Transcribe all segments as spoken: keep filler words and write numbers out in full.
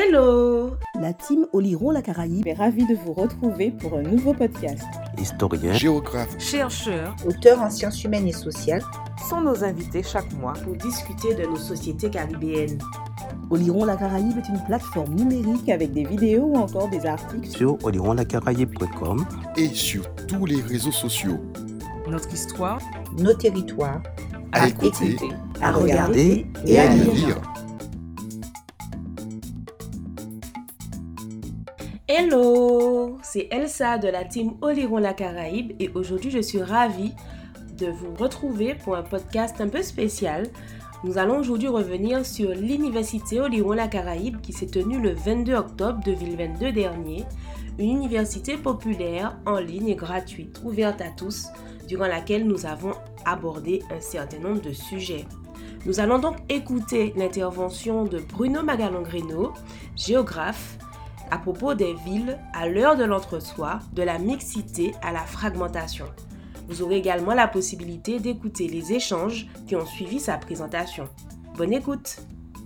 Hello! La team Oliron la Caraïbe est ravie de vous retrouver pour un nouveau podcast. Historiens, géographes, chercheurs, auteurs en sciences humaines et sociales sont nos invités chaque mois pour discuter de nos sociétés caribéennes. Oliron la Caraïbe est une plateforme numérique avec des vidéos ou encore des articles sur oliron la caraïbe point com et sur tous les réseaux sociaux. Notre histoire, nos territoires, à, à écouter, écouter, à regarder et, et à à lire. lire. Hello, c'est Elsa de la team Oliron la Caraïbe et aujourd'hui je suis ravie de vous retrouver pour un podcast un peu spécial. Nous allons aujourd'hui revenir sur l'université Oliron la Caraïbe qui s'est tenue le vingt-deux octobre deux mille vingt-deux dernier, une université populaire en ligne et gratuite, ouverte à tous, durant laquelle nous avons abordé un certain nombre de sujets. Nous allons donc écouter l'intervention de Bruno Magalon-Greno, géographe, à propos des villes à l'heure de l'entre-soi, de la mixité à la fragmentation. Vous aurez également la possibilité d'écouter les échanges qui ont suivi sa présentation. Bonne écoute!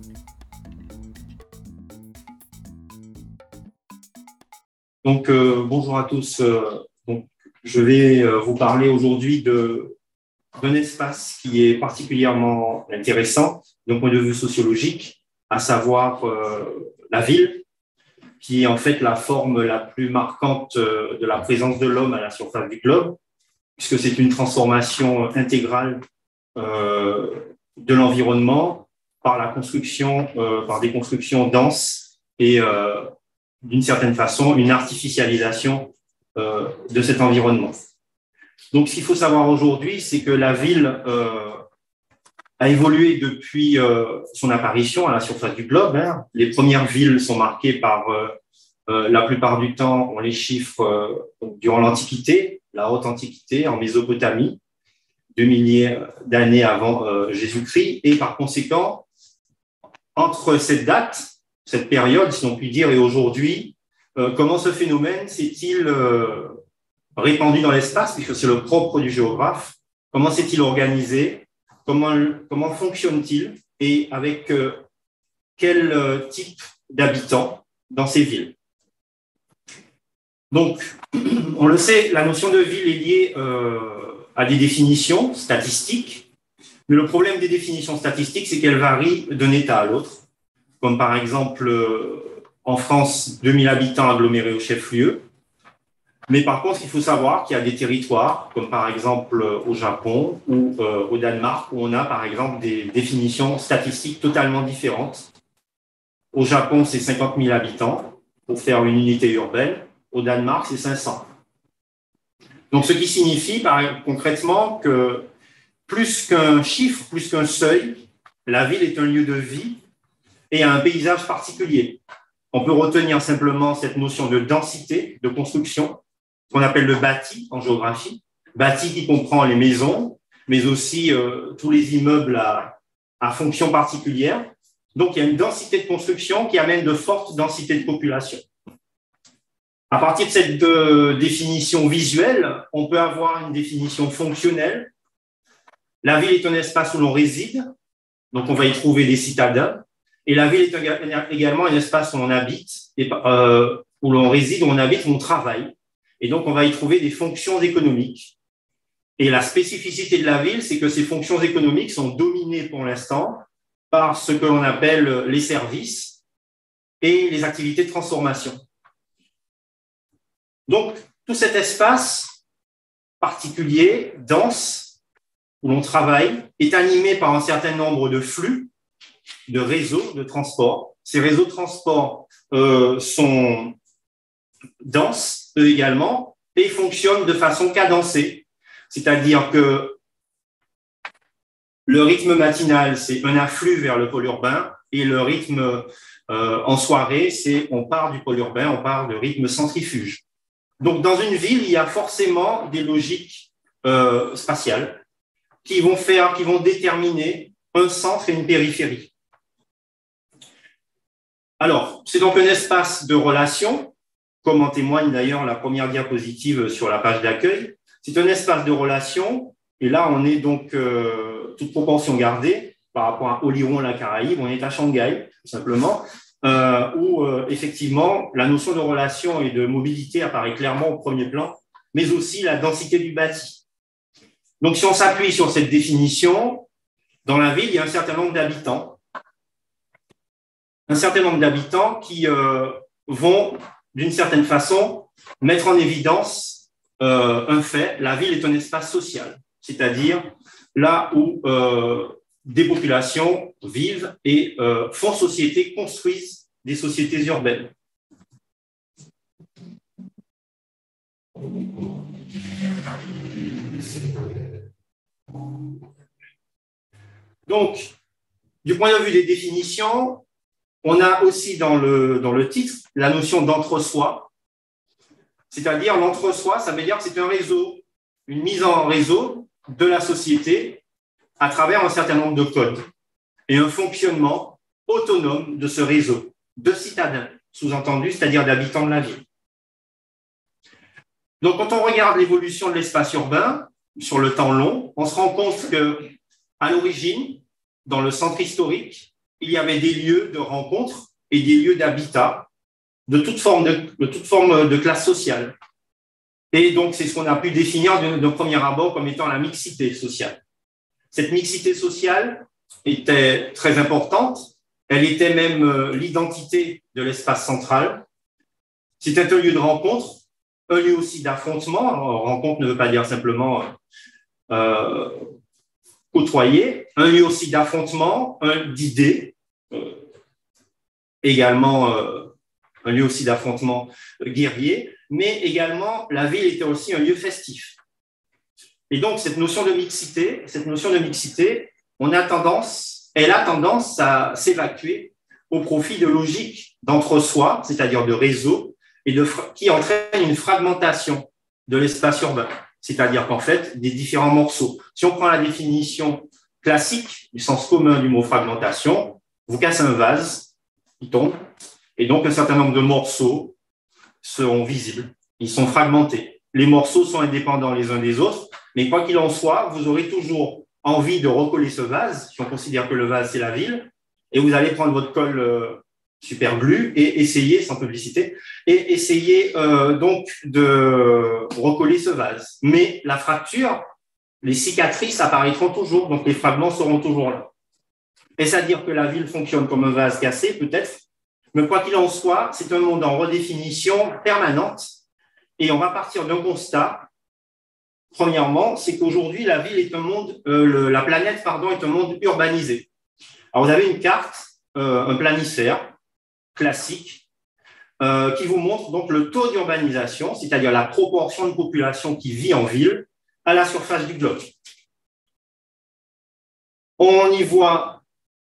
Donc, euh, bonjour à tous. Euh, donc, je vais euh, vous parler aujourd'hui de, d'un espace qui est particulièrement intéressant d'un point de vue sociologique, à savoir euh, la ville, qui est en fait la forme la plus marquante de la présence de l'homme à la surface du globe, puisque c'est une transformation intégrale euh, de l'environnement par la construction, euh, par des constructions denses et euh, d'une certaine façon une artificialisation euh, de cet environnement. Donc, ce qu'il faut savoir aujourd'hui, c'est que la ville euh, a évolué depuis euh, son apparition à la surface du globe. Hein. Les premières villes sont marquées par, euh, euh, la plupart du temps, on les chiffre euh, durant l'Antiquité, la Haute Antiquité, en Mésopotamie, deux milliers d'années avant euh, Jésus-Christ. Et par conséquent, entre cette date, cette période, si on peut dire, et aujourd'hui, euh, comment ce phénomène s'est-il euh, répandu dans l'espace, puisque c'est le propre du géographe, comment s'est-il organisé? Comment, comment fonctionne-t-il et avec euh, quel euh, type d'habitants dans ces villes? Donc, on le sait, la notion de ville est liée euh, à des définitions statistiques, mais le problème des définitions statistiques, c'est qu'elles varient d'un État à l'autre, comme par exemple euh, en France, deux mille habitants agglomérés au chef-lieu. Mais par contre, il faut savoir qu'il y a des territoires, comme par exemple au Japon ou euh, au Danemark, où on a par exemple des définitions statistiques totalement différentes. Au Japon, c'est cinquante mille habitants pour faire une unité urbaine. Au Danemark, c'est cinq cents. Donc, ce qui signifie par, concrètement que plus qu'un chiffre, plus qu'un seuil, la ville est un lieu de vie et a un paysage particulier. On peut retenir simplement cette notion de densité, de construction, qu'on appelle le bâti en géographie, bâti qui comprend les maisons, mais aussi euh, tous les immeubles à, à fonction particulière. Donc, il y a une densité de construction qui amène de fortes densités de population. À partir de cette euh, définition visuelle, on peut avoir une définition fonctionnelle. La ville est un espace où l'on réside, donc on va y trouver des citadins. Et la ville est également un espace où l'on habite, et, euh, où l'on réside, où on habite, où on travaille. Et donc, on va y trouver des fonctions économiques. Et la spécificité de la ville, c'est que ces fonctions économiques sont dominées pour l'instant par ce que l'on appelle les services et les activités de transformation. Donc, tout cet espace particulier, dense, où l'on travaille, est animé par un certain nombre de flux, de réseaux de transport. Ces réseaux de transport euh, sont denses, eux également, et fonctionnent de façon cadencée. C'est-à-dire que le rythme matinal, c'est un afflux vers le pôle urbain, et le rythme euh, en soirée, c'est on part du pôle urbain, on part de rythme centrifuge. Donc, dans une ville, il y a forcément des logiques euh, spatiales qui vont faire, qui vont déterminer un centre et une périphérie. Alors, c'est donc un espace de relation, comme en témoigne d'ailleurs la première diapositive sur la page d'accueil. C'est un espace de relation, et là, on est donc, euh, toute proportion gardée, par rapport à Oliron la Caraïbe, on est à Shanghai, tout simplement. euh, où euh, effectivement la notion de relation et de mobilité apparaît clairement au premier plan, mais aussi la densité du bâti. Donc, si on s'appuie sur cette définition, dans la ville, il y a un certain nombre d'habitants, un certain nombre d'habitants qui euh, vont, d'une certaine façon, mettre en évidence euh, un fait, la ville est un espace social, c'est-à-dire là où euh, des populations vivent et euh, font société, construisent des sociétés urbaines. Donc, du point de vue des définitions, on a aussi dans le, dans le titre la notion d'entre-soi, c'est-à-dire l'entre-soi, ça veut dire que c'est un réseau, une mise en réseau de la société à travers un certain nombre de codes et un fonctionnement autonome de ce réseau, de citadins, sous-entendu, c'est-à-dire d'habitants de la ville. Donc, quand on regarde l'évolution de l'espace urbain sur le temps long, on se rend compte qu'à l'origine, dans le centre historique, il y avait des lieux de rencontre et des lieux d'habitat de toute forme de, de toute forme de classe sociale. Et donc, c'est ce qu'on a pu définir de, de premier abord comme étant la mixité sociale. Cette mixité sociale était très importante. Elle était même euh, l'identité de l'espace central. C'était un lieu de rencontre, un lieu aussi d'affrontement. Rencontre ne veut pas dire simplement euh, côtoyer. Un lieu aussi d'affrontement, d'idées. Euh, également, euh, un lieu aussi d'affrontement guerrier. Mais également, la ville était aussi un lieu festif. Et donc, cette notion de mixité, cette notion de mixité, on a tendance, elle a tendance à s'évacuer au profit de logiques d'entre-soi, c'est-à-dire de réseaux, et de, qui entraînent une fragmentation de l'espace urbain, c'est-à-dire qu'en fait, des différents morceaux. Si on prend la définition classique du sens commun du mot fragmentation, vous cassez un vase, il tombe, et donc un certain nombre de morceaux seront visibles, ils sont fragmentés. Les morceaux sont indépendants les uns des autres, mais quoi qu'il en soit, vous aurez toujours envie de recoller ce vase, si on considère que le vase, c'est la ville, et vous allez prendre votre colle euh, super glue et essayer, sans publicité, et essayer euh, donc de recoller ce vase. Mais la fracture, les cicatrices apparaîtront toujours, donc les fragments seront toujours là. Est-ce à dire que la ville fonctionne comme un vase cassé? Peut-être. Mais quoi qu'il en soit, c'est un monde en redéfinition permanente. Et on va partir d'un constat. Premièrement, c'est qu'aujourd'hui, la ville est un monde, euh, le, la planète, pardon, est un monde urbanisé. Alors, vous avez une carte, euh, un planisphère classique, euh, qui vous montre donc le taux d'urbanisation, c'est-à-dire la proportion de population qui vit en ville à la surface du globe. On y voit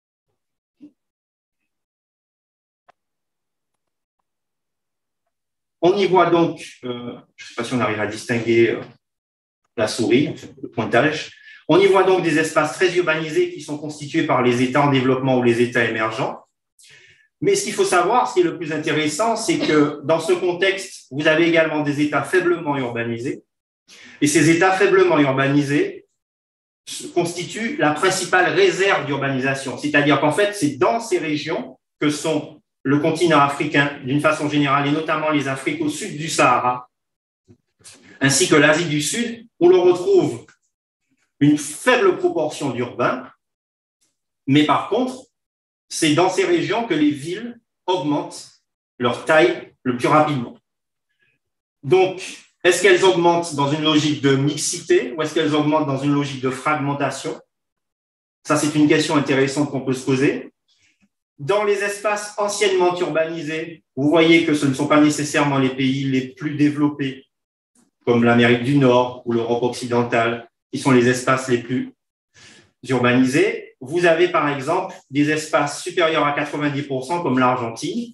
On y voit donc, euh, je ne sais pas si on arrive à distinguer euh, la souris, le pointage, on y voit donc des espaces très urbanisés qui sont constitués par les États en développement ou les États émergents. Mais ce qu'il faut savoir, ce qui est le plus intéressant, c'est que dans ce contexte, vous avez également des États faiblement urbanisés. Et ces États faiblement urbanisés constituent la principale réserve d'urbanisation. C'est-à-dire qu'en fait, c'est dans ces régions que sont le continent africain d'une façon générale, et notamment les Afriques au sud du Sahara, ainsi que l'Asie du Sud, où l'on retrouve une faible proportion d'urbains, mais par contre, c'est dans ces régions que les villes augmentent leur taille le plus rapidement. Donc, est-ce qu'elles augmentent dans une logique de mixité ou est-ce qu'elles augmentent dans une logique de fragmentation? Ça, c'est une question intéressante qu'on peut se poser. Dans les espaces anciennement urbanisés, vous voyez que ce ne sont pas nécessairement les pays les plus développés, comme l'Amérique du Nord ou l'Europe occidentale, qui sont les espaces les plus urbanisés. Vous avez par exemple des espaces supérieurs à quatre-vingt-dix pour cent comme l'Argentine.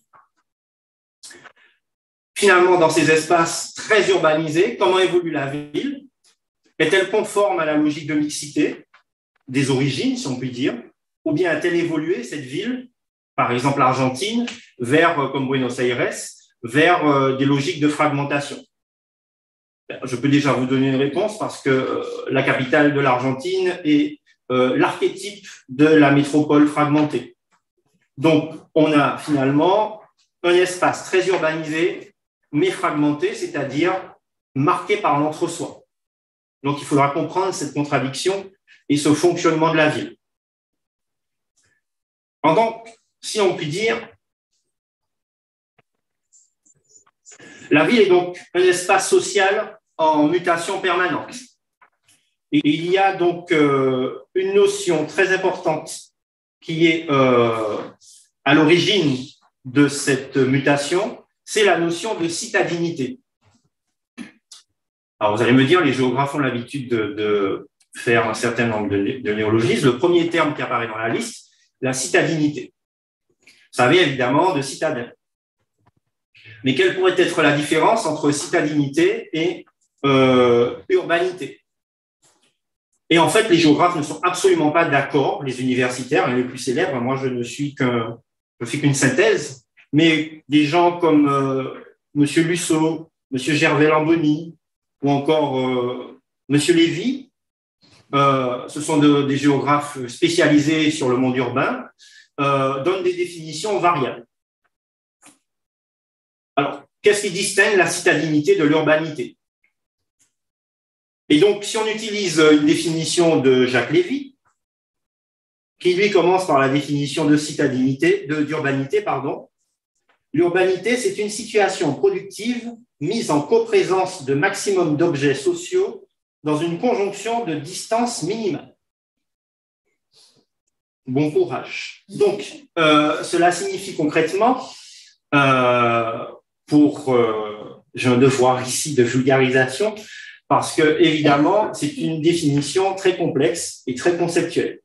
Finalement, dans ces espaces très urbanisés, comment évolue la ville? Est-elle conforme à la logique de mixité des origines, si on peut dire, ou bien a-t-elle évolué, cette ville, par exemple l'Argentine, vers, comme Buenos Aires, vers euh, des logiques de fragmentation? Je peux déjà vous donner une réponse parce que euh, la capitale de l'Argentine est euh, l'archétype de la métropole fragmentée. Donc, on a finalement un espace très urbanisé, mais fragmenté, c'est-à-dire marqué par l'entre-soi. Donc, il faudra comprendre cette contradiction et ce fonctionnement de la ville. Alors donc, si on peut dire, la ville est donc un espace social en mutation permanente. Et il y a donc euh, une notion très importante qui est euh, à l'origine de cette mutation, c'est la notion de citadinité. Alors, vous allez me dire, les géographes ont l'habitude de, de faire un certain nombre de, de néologismes. Le premier terme qui apparaît dans la liste, la citadinité. Ça vient évidemment de citadin. Mais quelle pourrait être la différence entre citadinité et euh, urbanité? Et en fait, les géographes ne sont absolument pas d'accord, les universitaires, les plus célèbres. Moi, je ne suis qu'un, je fais qu'une synthèse, mais des gens comme euh, M. Lusso, M. Gervais-Lamboni, ou encore euh, M. Lévy, euh, ce sont de, des géographes spécialisés sur le monde urbain, euh, donnent des définitions variables. Alors, qu'est-ce qui distingue la citadinité de l'urbanité? Et donc, si on utilise une définition de Jacques Lévy, qui lui commence par la définition de citadinité, de, d'urbanité, pardon, l'urbanité, c'est une situation productive mise en coprésence de maximum d'objets sociaux dans une conjonction de distance minimale. Bon courage. Donc, euh, cela signifie concrètement, euh, pour, euh, j'ai un devoir ici de vulgarisation, parce que, évidemment, c'est une définition très complexe et très conceptuelle.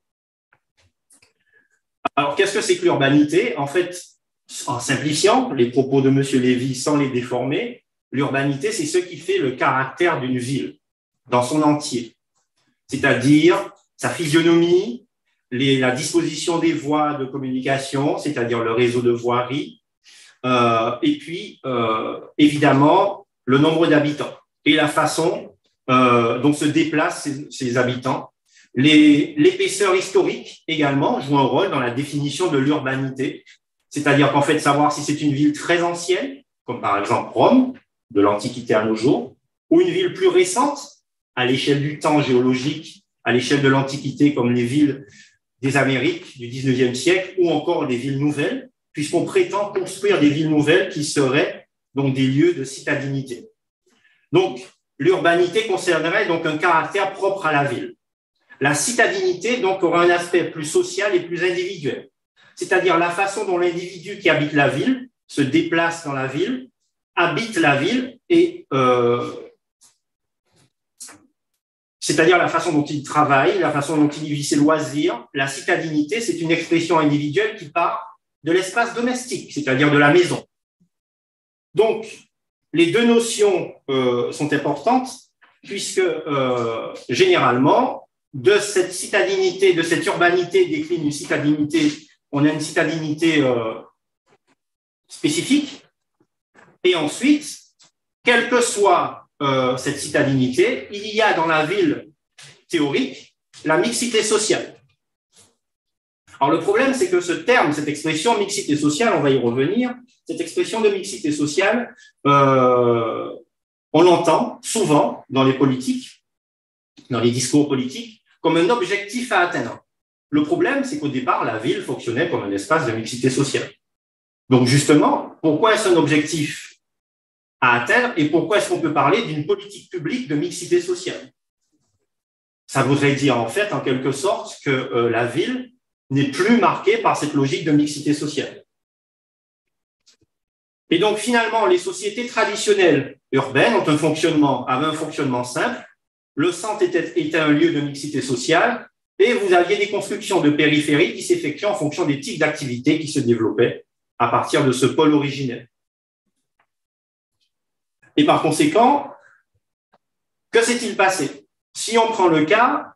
Alors, qu'est-ce que c'est que l'urbanité? En fait, en simplifiant les propos de M. Lévy sans les déformer, l'urbanité, c'est ce qui fait le caractère d'une ville dans son entier, c'est-à-dire sa physionomie, les, la disposition des voies de communication, c'est-à-dire le réseau de voirie, euh, et puis, euh, évidemment, le nombre d'habitants et la façon euh, dont se déplacent ces, ces habitants. Les, l'épaisseur historique également joue un rôle dans la définition de l'urbanité, c'est-à-dire qu'en fait, savoir si c'est une ville très ancienne, comme par exemple Rome, de l'Antiquité à nos jours, ou une ville plus récente, à l'échelle du temps géologique, à l'échelle de l'Antiquité, comme les villes des Amériques du dix-neuvième siècle, ou encore des villes nouvelles, puisqu'on prétend construire des villes nouvelles qui seraient donc des lieux de citadinité. Donc, l'urbanité concernerait donc un caractère propre à la ville. La citadinité donc aurait un aspect plus social et plus individuel, c'est-à-dire la façon dont l'individu qui habite la ville se déplace dans la ville, habite la ville et euh, c'est-à-dire la façon dont il travaille, la façon dont il vit ses loisirs. La citadinité, c'est une expression individuelle qui part de l'espace domestique, c'est-à-dire de la maison. Donc, les deux notions euh, sont importantes puisque euh, généralement, de cette citadinité, de cette urbanité décline une citadinité, on a une citadinité euh, spécifique. Et ensuite, quelle que soit euh, cette citadinité, il y a dans la ville théorique la mixité sociale. Alors le problème, c'est que ce terme, cette expression mixité sociale, on va y revenir, cette expression de mixité sociale, euh, on l'entend souvent dans les politiques, dans les discours politiques, comme un objectif à atteindre. Le problème, c'est qu'au départ, la ville fonctionnait comme un espace de mixité sociale. Donc justement, pourquoi est-ce un objectif à atteindre et pourquoi est-ce qu'on peut parler d'une politique publique de mixité sociale? Ça voudrait dire en fait, en quelque sorte, que euh, la ville n'est plus marquée par cette logique de mixité sociale. Et donc finalement, les sociétés traditionnelles urbaines ont un fonctionnement, avaient un fonctionnement simple. Le centre était, était un lieu de mixité sociale et vous aviez des constructions de périphérie qui s'effectuaient en fonction des types d'activités qui se développaient à partir de ce pôle originel. Et par conséquent, que s'est-il passé? Si on prend le cas,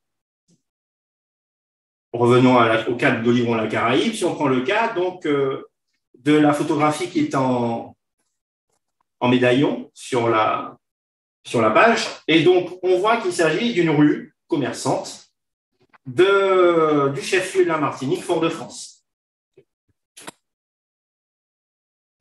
revenons à la, au cas d'Oléron-la-Caraïbe, si on prend le cas donc, euh, de la photographie qui est en, en médaillon sur la, sur la page, et donc on voit qu'il s'agit d'une rue commerçante de, du chef-lieu de la Martinique, Fort-de-France.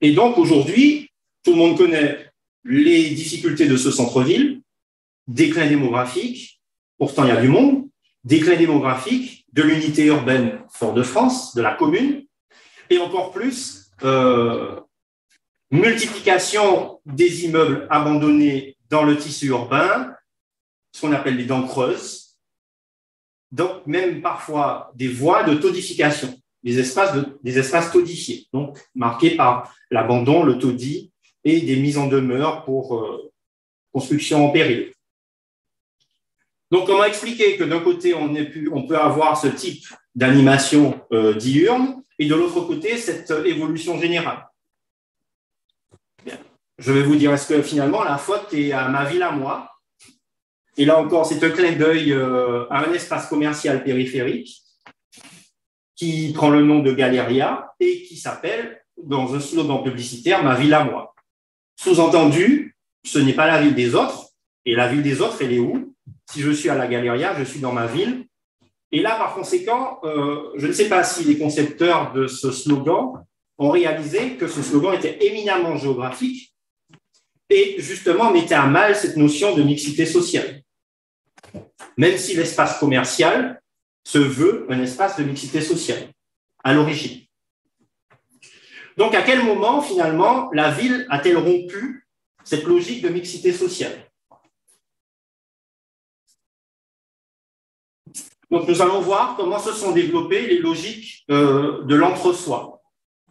Et donc, aujourd'hui, tout le monde connaît les difficultés de ce centre-ville, déclin démographique, pourtant il y a du monde, déclin démographique de l'unité urbaine Fort-de-France, de la commune, et encore plus, euh, multiplication des immeubles abandonnés dans le tissu urbain, ce qu'on appelle les dents creuses, donc même parfois des voies de taudification, des espaces, de, des espaces taudifiés, donc marqués par l'abandon, le taudis et des mises en demeure pour euh, construction en péril. Donc, comment expliquer que d'un côté, on, est pu, on peut avoir ce type d'animation euh, diurne et de l'autre côté, cette euh, évolution générale? Bien. Je vais vous dire, est-ce que finalement, la faute est à ma ville à moi? Et là encore, c'est un clin d'œil euh, à un espace commercial périphérique qui prend le nom de Galeria et qui s'appelle, dans un slogan publicitaire, ma ville à moi. Sous-entendu, ce n'est pas la ville des autres. Et la ville des autres, elle est où? Si je suis à la Galeria, je suis dans ma ville. Et là, par conséquent, euh, je ne sais pas si les concepteurs de ce slogan ont réalisé que ce slogan était éminemment géographique et justement mettait à mal cette notion de mixité sociale. Même si l'espace commercial se veut un espace de mixité sociale à l'origine. Donc, à quel moment, finalement, la ville a-t-elle rompu cette logique de mixité sociale? Donc, nous allons voir comment se sont développées les logiques euh, de l'entre-soi.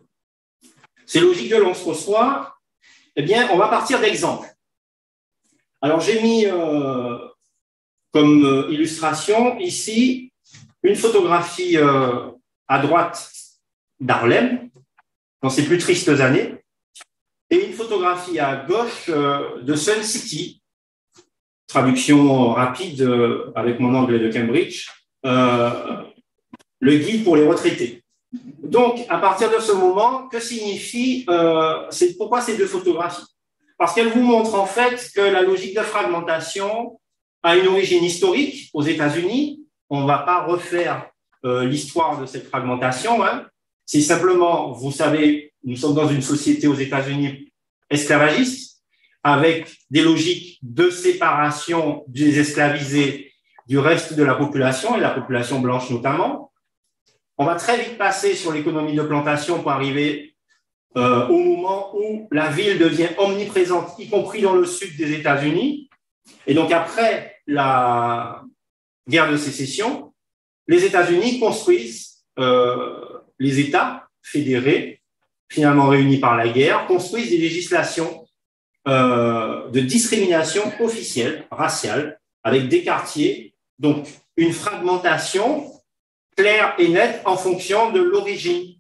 Ces logiques de l'entre-soi, eh bien, on va partir d'exemples. Alors, j'ai mis euh, comme euh, illustration ici une photographie euh, à droite d'Harlem, dans ses plus tristes années, et une photographie à gauche euh, de Sun City, traduction rapide euh, avec mon anglais de Cambridge, euh, le guide pour les retraités. Donc, à partir de ce moment, que signifie, euh, c'est, pourquoi ces deux photographies? Parce qu'elles vous montrent en fait que la logique de fragmentation a une origine historique aux États-Unis. On ne va pas refaire euh, l'histoire de cette fragmentation, hein. C'est simplement, vous savez, nous sommes dans une société aux États-Unis esclavagiste, avec des logiques de séparation des esclavisés du reste de la population, et la population blanche notamment. On va très vite passer sur l'économie de plantation pour arriver euh, au moment où la ville devient omniprésente, y compris dans le sud des États-Unis. Et donc, après la guerre de sécession, les États-Unis construisent... Euh, les États fédérés, finalement réunis par la guerre, construisent des législations euh, de discrimination officielle, raciale, avec des quartiers, donc une fragmentation claire et nette en fonction de l'origine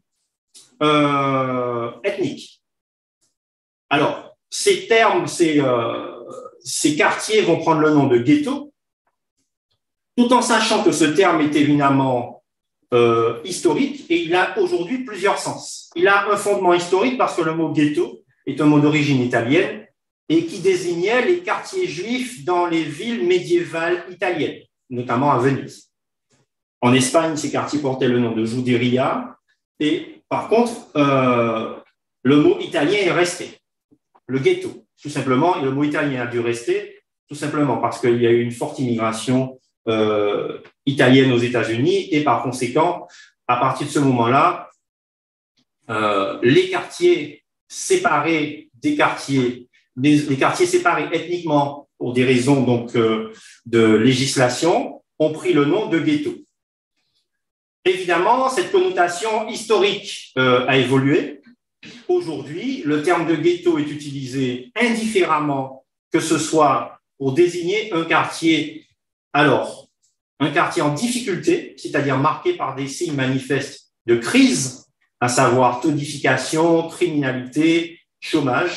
euh, ethnique. Alors, ces termes, ces, euh, ces quartiers vont prendre le nom de ghetto, tout en sachant que ce terme est évidemment Euh, historique, et il a aujourd'hui plusieurs sens. Il a un fondement historique parce que le mot ghetto est un mot d'origine italienne et qui désignait les quartiers juifs dans les villes médiévales italiennes, notamment à Venise. En Espagne, ces quartiers portaient le nom de Juderia, et par contre, euh, le mot italien est resté, le ghetto, tout simplement, et le mot italien a dû rester, tout simplement parce qu'il y a eu une forte immigration Euh, italienne aux États-Unis, et par conséquent, à partir de ce moment-là, euh, les quartiers séparés des quartiers, les, les quartiers séparés ethniquement pour des raisons donc euh, de législation, ont pris le nom de ghetto. Évidemment, cette connotation historique euh, a évolué. Aujourd'hui, le terme de ghetto est utilisé indifféremment, que ce soit pour désigner un quartier. Alors, un quartier en difficulté, c'est-à-dire marqué par des signes manifestes de crise, à savoir taudification, criminalité, chômage.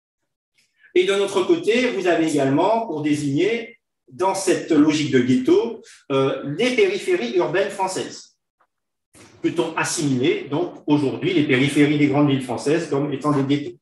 Et de notre côté, vous avez également, pour désigner, dans cette logique de ghetto, euh, les périphéries urbaines françaises. Peut-on assimiler, donc, aujourd'hui, les périphéries des grandes villes françaises comme étant des ghettos?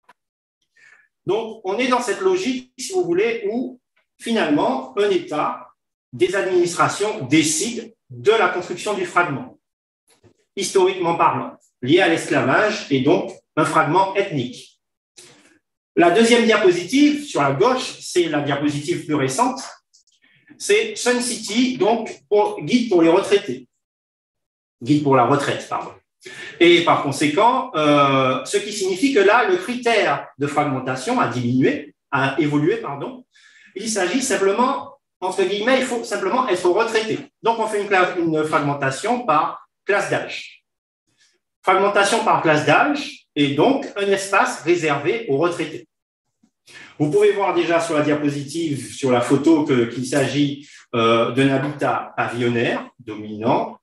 Donc, on est dans cette logique, si vous voulez, où, finalement, un État, des administrations décident de la construction du fragment, historiquement parlant, lié à l'esclavage et donc un fragment ethnique. La deuxième diapositive, sur la gauche, c'est la diapositive plus récente, c'est Sun City, donc pour, guide pour les retraités. Guide pour la retraite, pardon. Et par conséquent, euh, ce qui signifie que là, le critère de fragmentation a diminué, a évolué, pardon. Il s'agit simplement, entre guillemets, il faut simplement être retraité. Donc, on fait une, classe, une fragmentation par classe d'âge. Fragmentation par classe d'âge et donc un espace réservé aux retraités. Vous pouvez voir déjà sur la diapositive, sur la photo, que, qu'il s'agit euh, d'un habitat pavillonnaire dominant.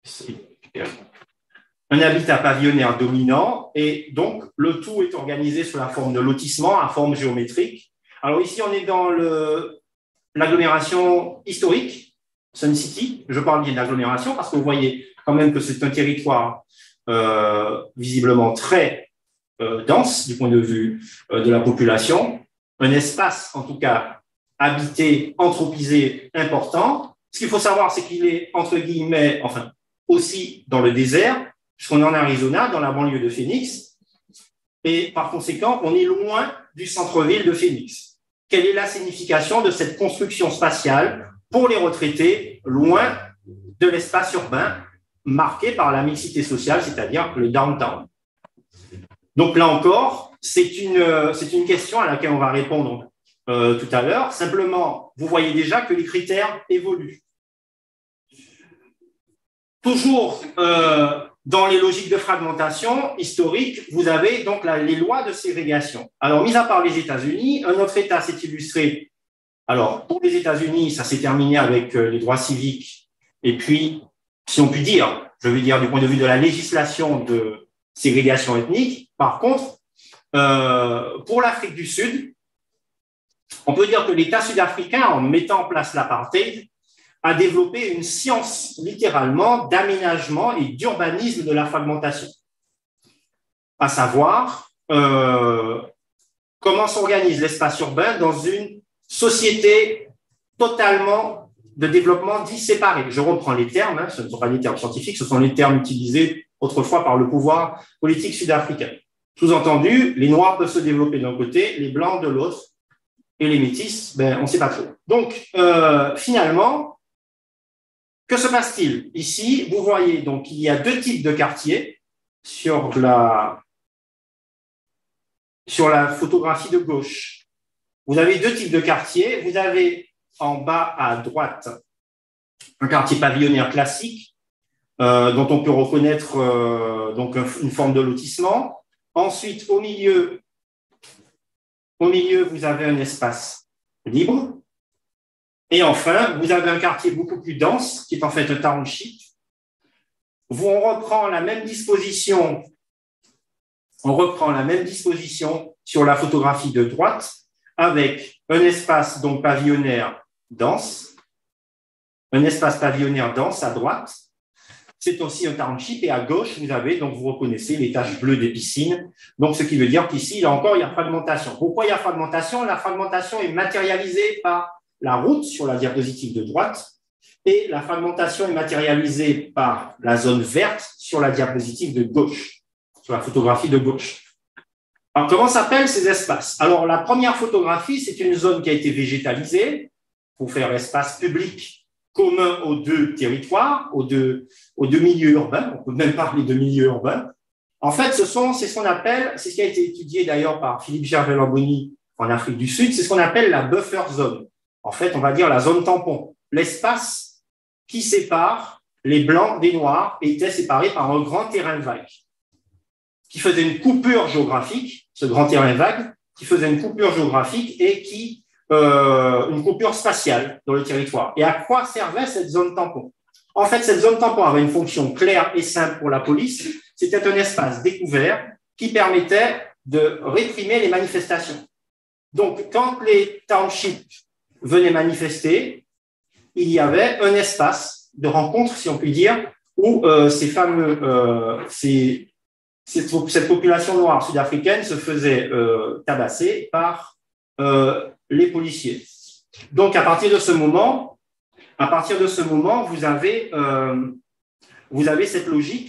Un habitat pavillonnaire dominant et donc le tout est organisé sous la forme de lotissement à forme géométrique. Alors ici, on est dans le, l'agglomération historique, Sun City. Je parle bien d'agglomération parce que vous voyez quand même que c'est un territoire euh, visiblement très euh, dense du point de vue euh, de la population. Un espace, en tout cas, habité, anthropisé, important. Ce qu'il faut savoir, c'est qu'il est, entre guillemets, enfin, aussi dans le désert, puisqu'on est en Arizona, dans la banlieue de Phoenix, et par conséquent, on est loin du centre-ville de Phoenix. Quelle est la signification de cette construction spatiale pour les retraités, loin de l'espace urbain, marqué par la mixité sociale, c'est-à-dire le downtown? Donc là encore, c'est une, c'est une question à laquelle on va répondre euh, tout à l'heure. Simplement, vous voyez déjà que les critères évoluent. Toujours euh, dans les logiques de fragmentation historique, vous avez donc la, les lois de ségrégation. Alors, mis à part les États-Unis, un autre État s'est illustré. Alors, pour les États-Unis, ça s'est terminé avec euh, les droits civiques. Et puis, si on peut dire, je veux dire du point de vue de la législation de ségrégation ethnique, par contre, euh, pour l'Afrique du Sud, on peut dire que l'État sud-africain, en mettant en place l'apartheid, a développé une science, littéralement, d'aménagement et d'urbanisme de la fragmentation. À savoir, euh, comment s'organise l'espace urbain dans une société totalement de développement dit séparé. Je reprends les termes, hein, ce ne sont pas les termes scientifiques, ce sont les termes utilisés autrefois par le pouvoir politique sud-africain. Sous-entendu, les Noirs peuvent se développer d'un côté, les Blancs de l'autre, et les Métis, ben, on ne sait pas trop. Donc, euh, finalement, que se passe-t-il? Ici, vous voyez, donc, il y a deux types de quartiers sur la, sur la photographie de gauche. Vous avez deux types de quartiers. Vous avez en bas à droite un quartier pavillonnaire classique, euh, dont on peut reconnaître euh, donc une forme de lotissement. Ensuite, au milieu, au milieu, vous avez un espace libre. Et enfin, vous avez un quartier beaucoup plus dense, qui est en fait un township, où on reprend la même disposition, on reprend la même disposition sur la photographie de droite, avec un espace donc pavillonnaire dense, un espace pavillonnaire dense à droite. C'est aussi un township, et à gauche, vous avez, donc vous reconnaissez les taches bleues des piscines. Donc, ce qui veut dire qu'ici, là encore, il y a fragmentation. Pourquoi il y a fragmentation? La fragmentation est matérialisée par la route sur la diapositive de droite, et la fragmentation est matérialisée par la zone verte sur la diapositive de gauche, sur la photographie de gauche. Alors, comment s'appellent ces espaces? Alors, la première photographie, c'est une zone qui a été végétalisée pour faire espace public commun aux deux territoires, aux deux, aux deux milieux urbains. On peut même parler de milieux urbains. En fait, ce sont, c'est ce qu'on appelle, c'est ce qui a été étudié d'ailleurs par Philippe Gervais-Lamboni en Afrique du Sud, c'est ce qu'on appelle la buffer zone. En fait, on va dire la zone tampon. L'espace qui sépare les blancs des noirs et était séparé par un grand terrain vague qui faisait une coupure géographique, ce grand terrain vague, qui faisait une coupure géographique et qui Euh, une coupure spatiale dans le territoire. Et à quoi servait cette zone tampon? En fait, cette zone tampon avait une fonction claire et simple pour la police. C'était un espace découvert qui permettait de réprimer les manifestations. Donc, quand les townships venaient manifester, il y avait un espace de rencontre, si on peut dire, où euh, ces fameux, euh, ces, cette, cette population noire sud-africaine se faisait euh, tabasser par euh, les policiers. Donc, à partir de ce moment, à partir de ce moment, vous avez, euh, vous avez cette logique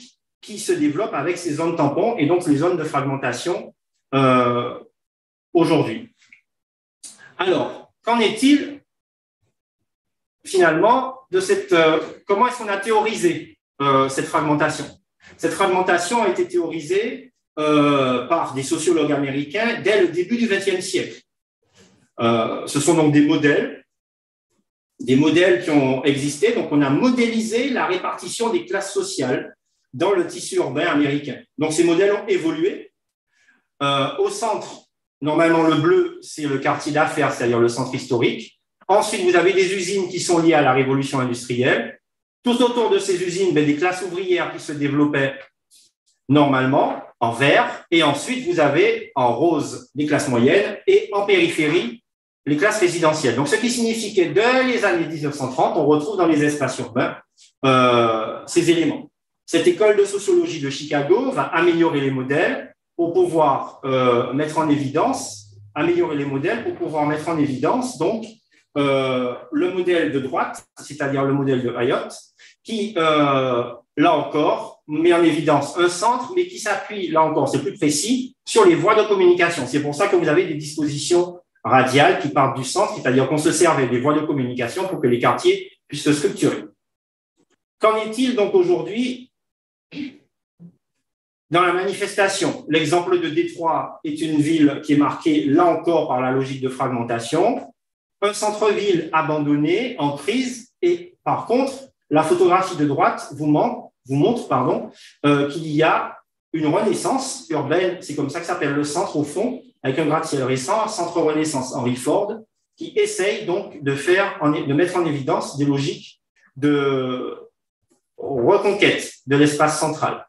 qui se développent avec ces zones tampons et donc les zones de fragmentation euh, aujourd'hui. Alors, qu'en est-il finalement de cette… Euh, comment est-ce qu'on a théorisé euh, cette fragmentation? Cette fragmentation a été théorisée euh, par des sociologues américains dès le début du vingtième siècle. Euh, ce sont donc des modèles, des modèles qui ont existé. Donc, on a modélisé la répartition des classes sociales dans le tissu urbain américain. Donc, ces modèles ont évolué. Euh, au centre, normalement, le bleu, c'est le quartier d'affaires, c'est-à-dire le centre historique. Ensuite, vous avez des usines qui sont liées à la révolution industrielle. Tout autour de ces usines, ben, des classes ouvrières qui se développaient normalement en vert. Et ensuite, vous avez en rose les classes moyennes et en périphérie les classes résidentielles. Donc, ce qui signifie que dès les années mille neuf cent trente, on retrouve dans les espaces urbains euh, ces éléments. Cette école de sociologie de Chicago va améliorer les modèles pour pouvoir euh, mettre en évidence, améliorer les modèles pour pouvoir mettre en évidence donc euh, le modèle de droite, c'est-à-dire le modèle de Hayot, qui, euh, là encore, met en évidence un centre, mais qui s'appuie, là encore, c'est plus précis, sur les voies de communication. C'est pour ça que vous avez des dispositions radiales qui partent du centre, c'est-à-dire qu'on se servait des voies de communication pour que les quartiers puissent se structurer. Qu'en est-il donc aujourd'hui dans la manifestation? L'exemple de Détroit est une ville qui est marquée, là encore, par la logique de fragmentation. Un centre-ville abandonné, en crise, et par contre, la photographie de droite vous montre, vous montre pardon, euh, qu'il y a une renaissance urbaine, c'est comme ça que s'appelle le centre au fond, avec un gratte-ciel récent, centre Renaissance Henry Ford, qui essaye donc de, faire, de mettre en évidence des logiques de reconquête de l'espace central.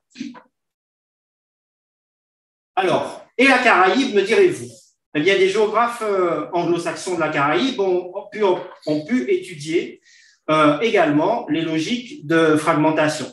Alors, et la Caraïbe, me direz-vous? Eh bien, des géographes euh, anglo-saxons de la Caraïbe ont, ont, pu, ont pu étudier euh, également les logiques de fragmentation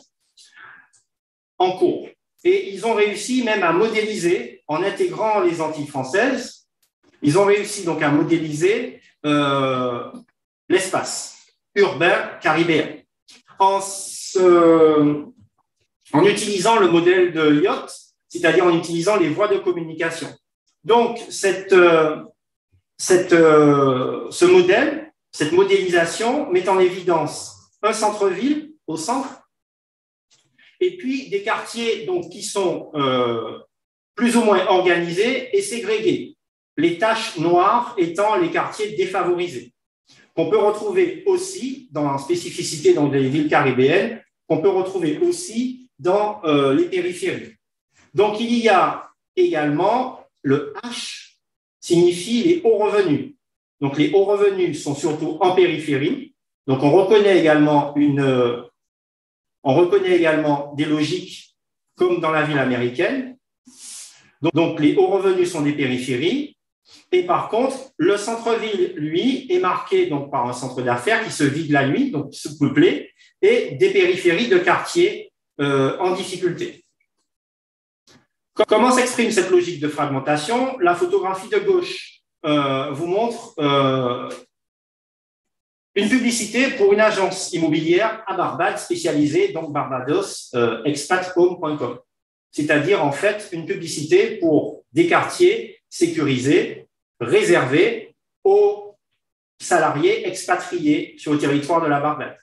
en cours. Et ils ont réussi même à modéliser, en intégrant les Antilles françaises, ils ont réussi donc à modéliser euh, l'espace urbain caribéen en, se, en utilisant le modèle de Lyot, c'est-à-dire en utilisant les voies de communication. Donc, cette, euh, cette, euh, ce modèle, cette modélisation met en évidence un centre-ville au centre, et puis des quartiers donc, qui sont euh, plus ou moins organisés et ségrégés, les taches noires étant les quartiers défavorisés, qu'on peut retrouver aussi dans la spécificité donc, des villes caribéennes, qu'on peut retrouver aussi dans euh, les périphéries. Donc, il y a également le H signifie les hauts revenus. Donc, les hauts revenus sont surtout en périphérie. Donc, on reconnaît également, une, on reconnaît également des logiques comme dans la ville américaine. Donc, donc, les hauts revenus sont des périphéries. Et par contre, le centre-ville, lui, est marqué donc, par un centre d'affaires qui se vide la nuit, donc sous-peuplé, et des périphéries de quartiers euh, en difficulté. Comment s'exprime cette logique de fragmentation? La photographie de gauche euh, vous montre euh, une publicité pour une agence immobilière à Barbade spécialisée, donc Barbados, euh, expat home point com. C'est-à-dire, en fait, une publicité pour des quartiers sécurisés, réservés aux salariés expatriés sur le territoire de la Barbade.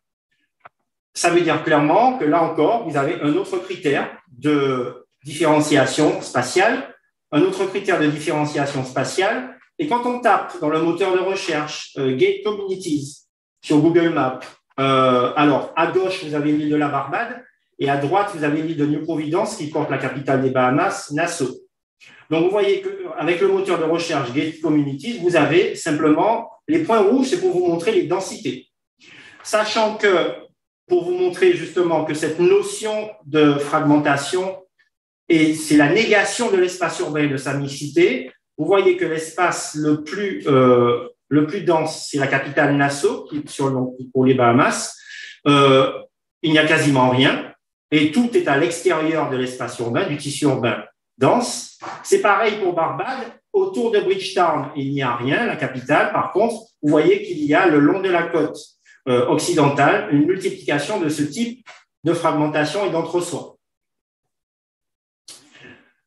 Ça veut dire clairement que là encore, vous avez un autre critère de différenciation spatiale, un autre critère de différenciation spatiale. Et quand on tape dans le moteur de recherche euh, Gate Communities sur Google Maps, euh, alors à gauche, vous avez l'île de la Barbade et à droite, vous avez l'île de New Providence qui porte la capitale des Bahamas, Nassau. Donc, vous voyez qu'avec le moteur de recherche Gate Communities, vous avez simplement les points rouges, c'est pour vous montrer les densités. Sachant que, pour vous montrer justement que cette notion de fragmentation, et c'est la négation de l'espace urbain et de sa mixité. Vous voyez que l'espace le plus, euh, le plus dense, c'est la capitale Nassau, qui est sur, donc, pour les Bahamas. Euh, il n'y a quasiment rien, et tout est à l'extérieur de l'espace urbain, du tissu urbain dense. C'est pareil pour Barbade. Autour de Bridgetown, il n'y a rien, la capitale. Par contre, vous voyez qu'il y a le long de la côte euh, occidentale une multiplication de ce type de fragmentation et d'entre-soi.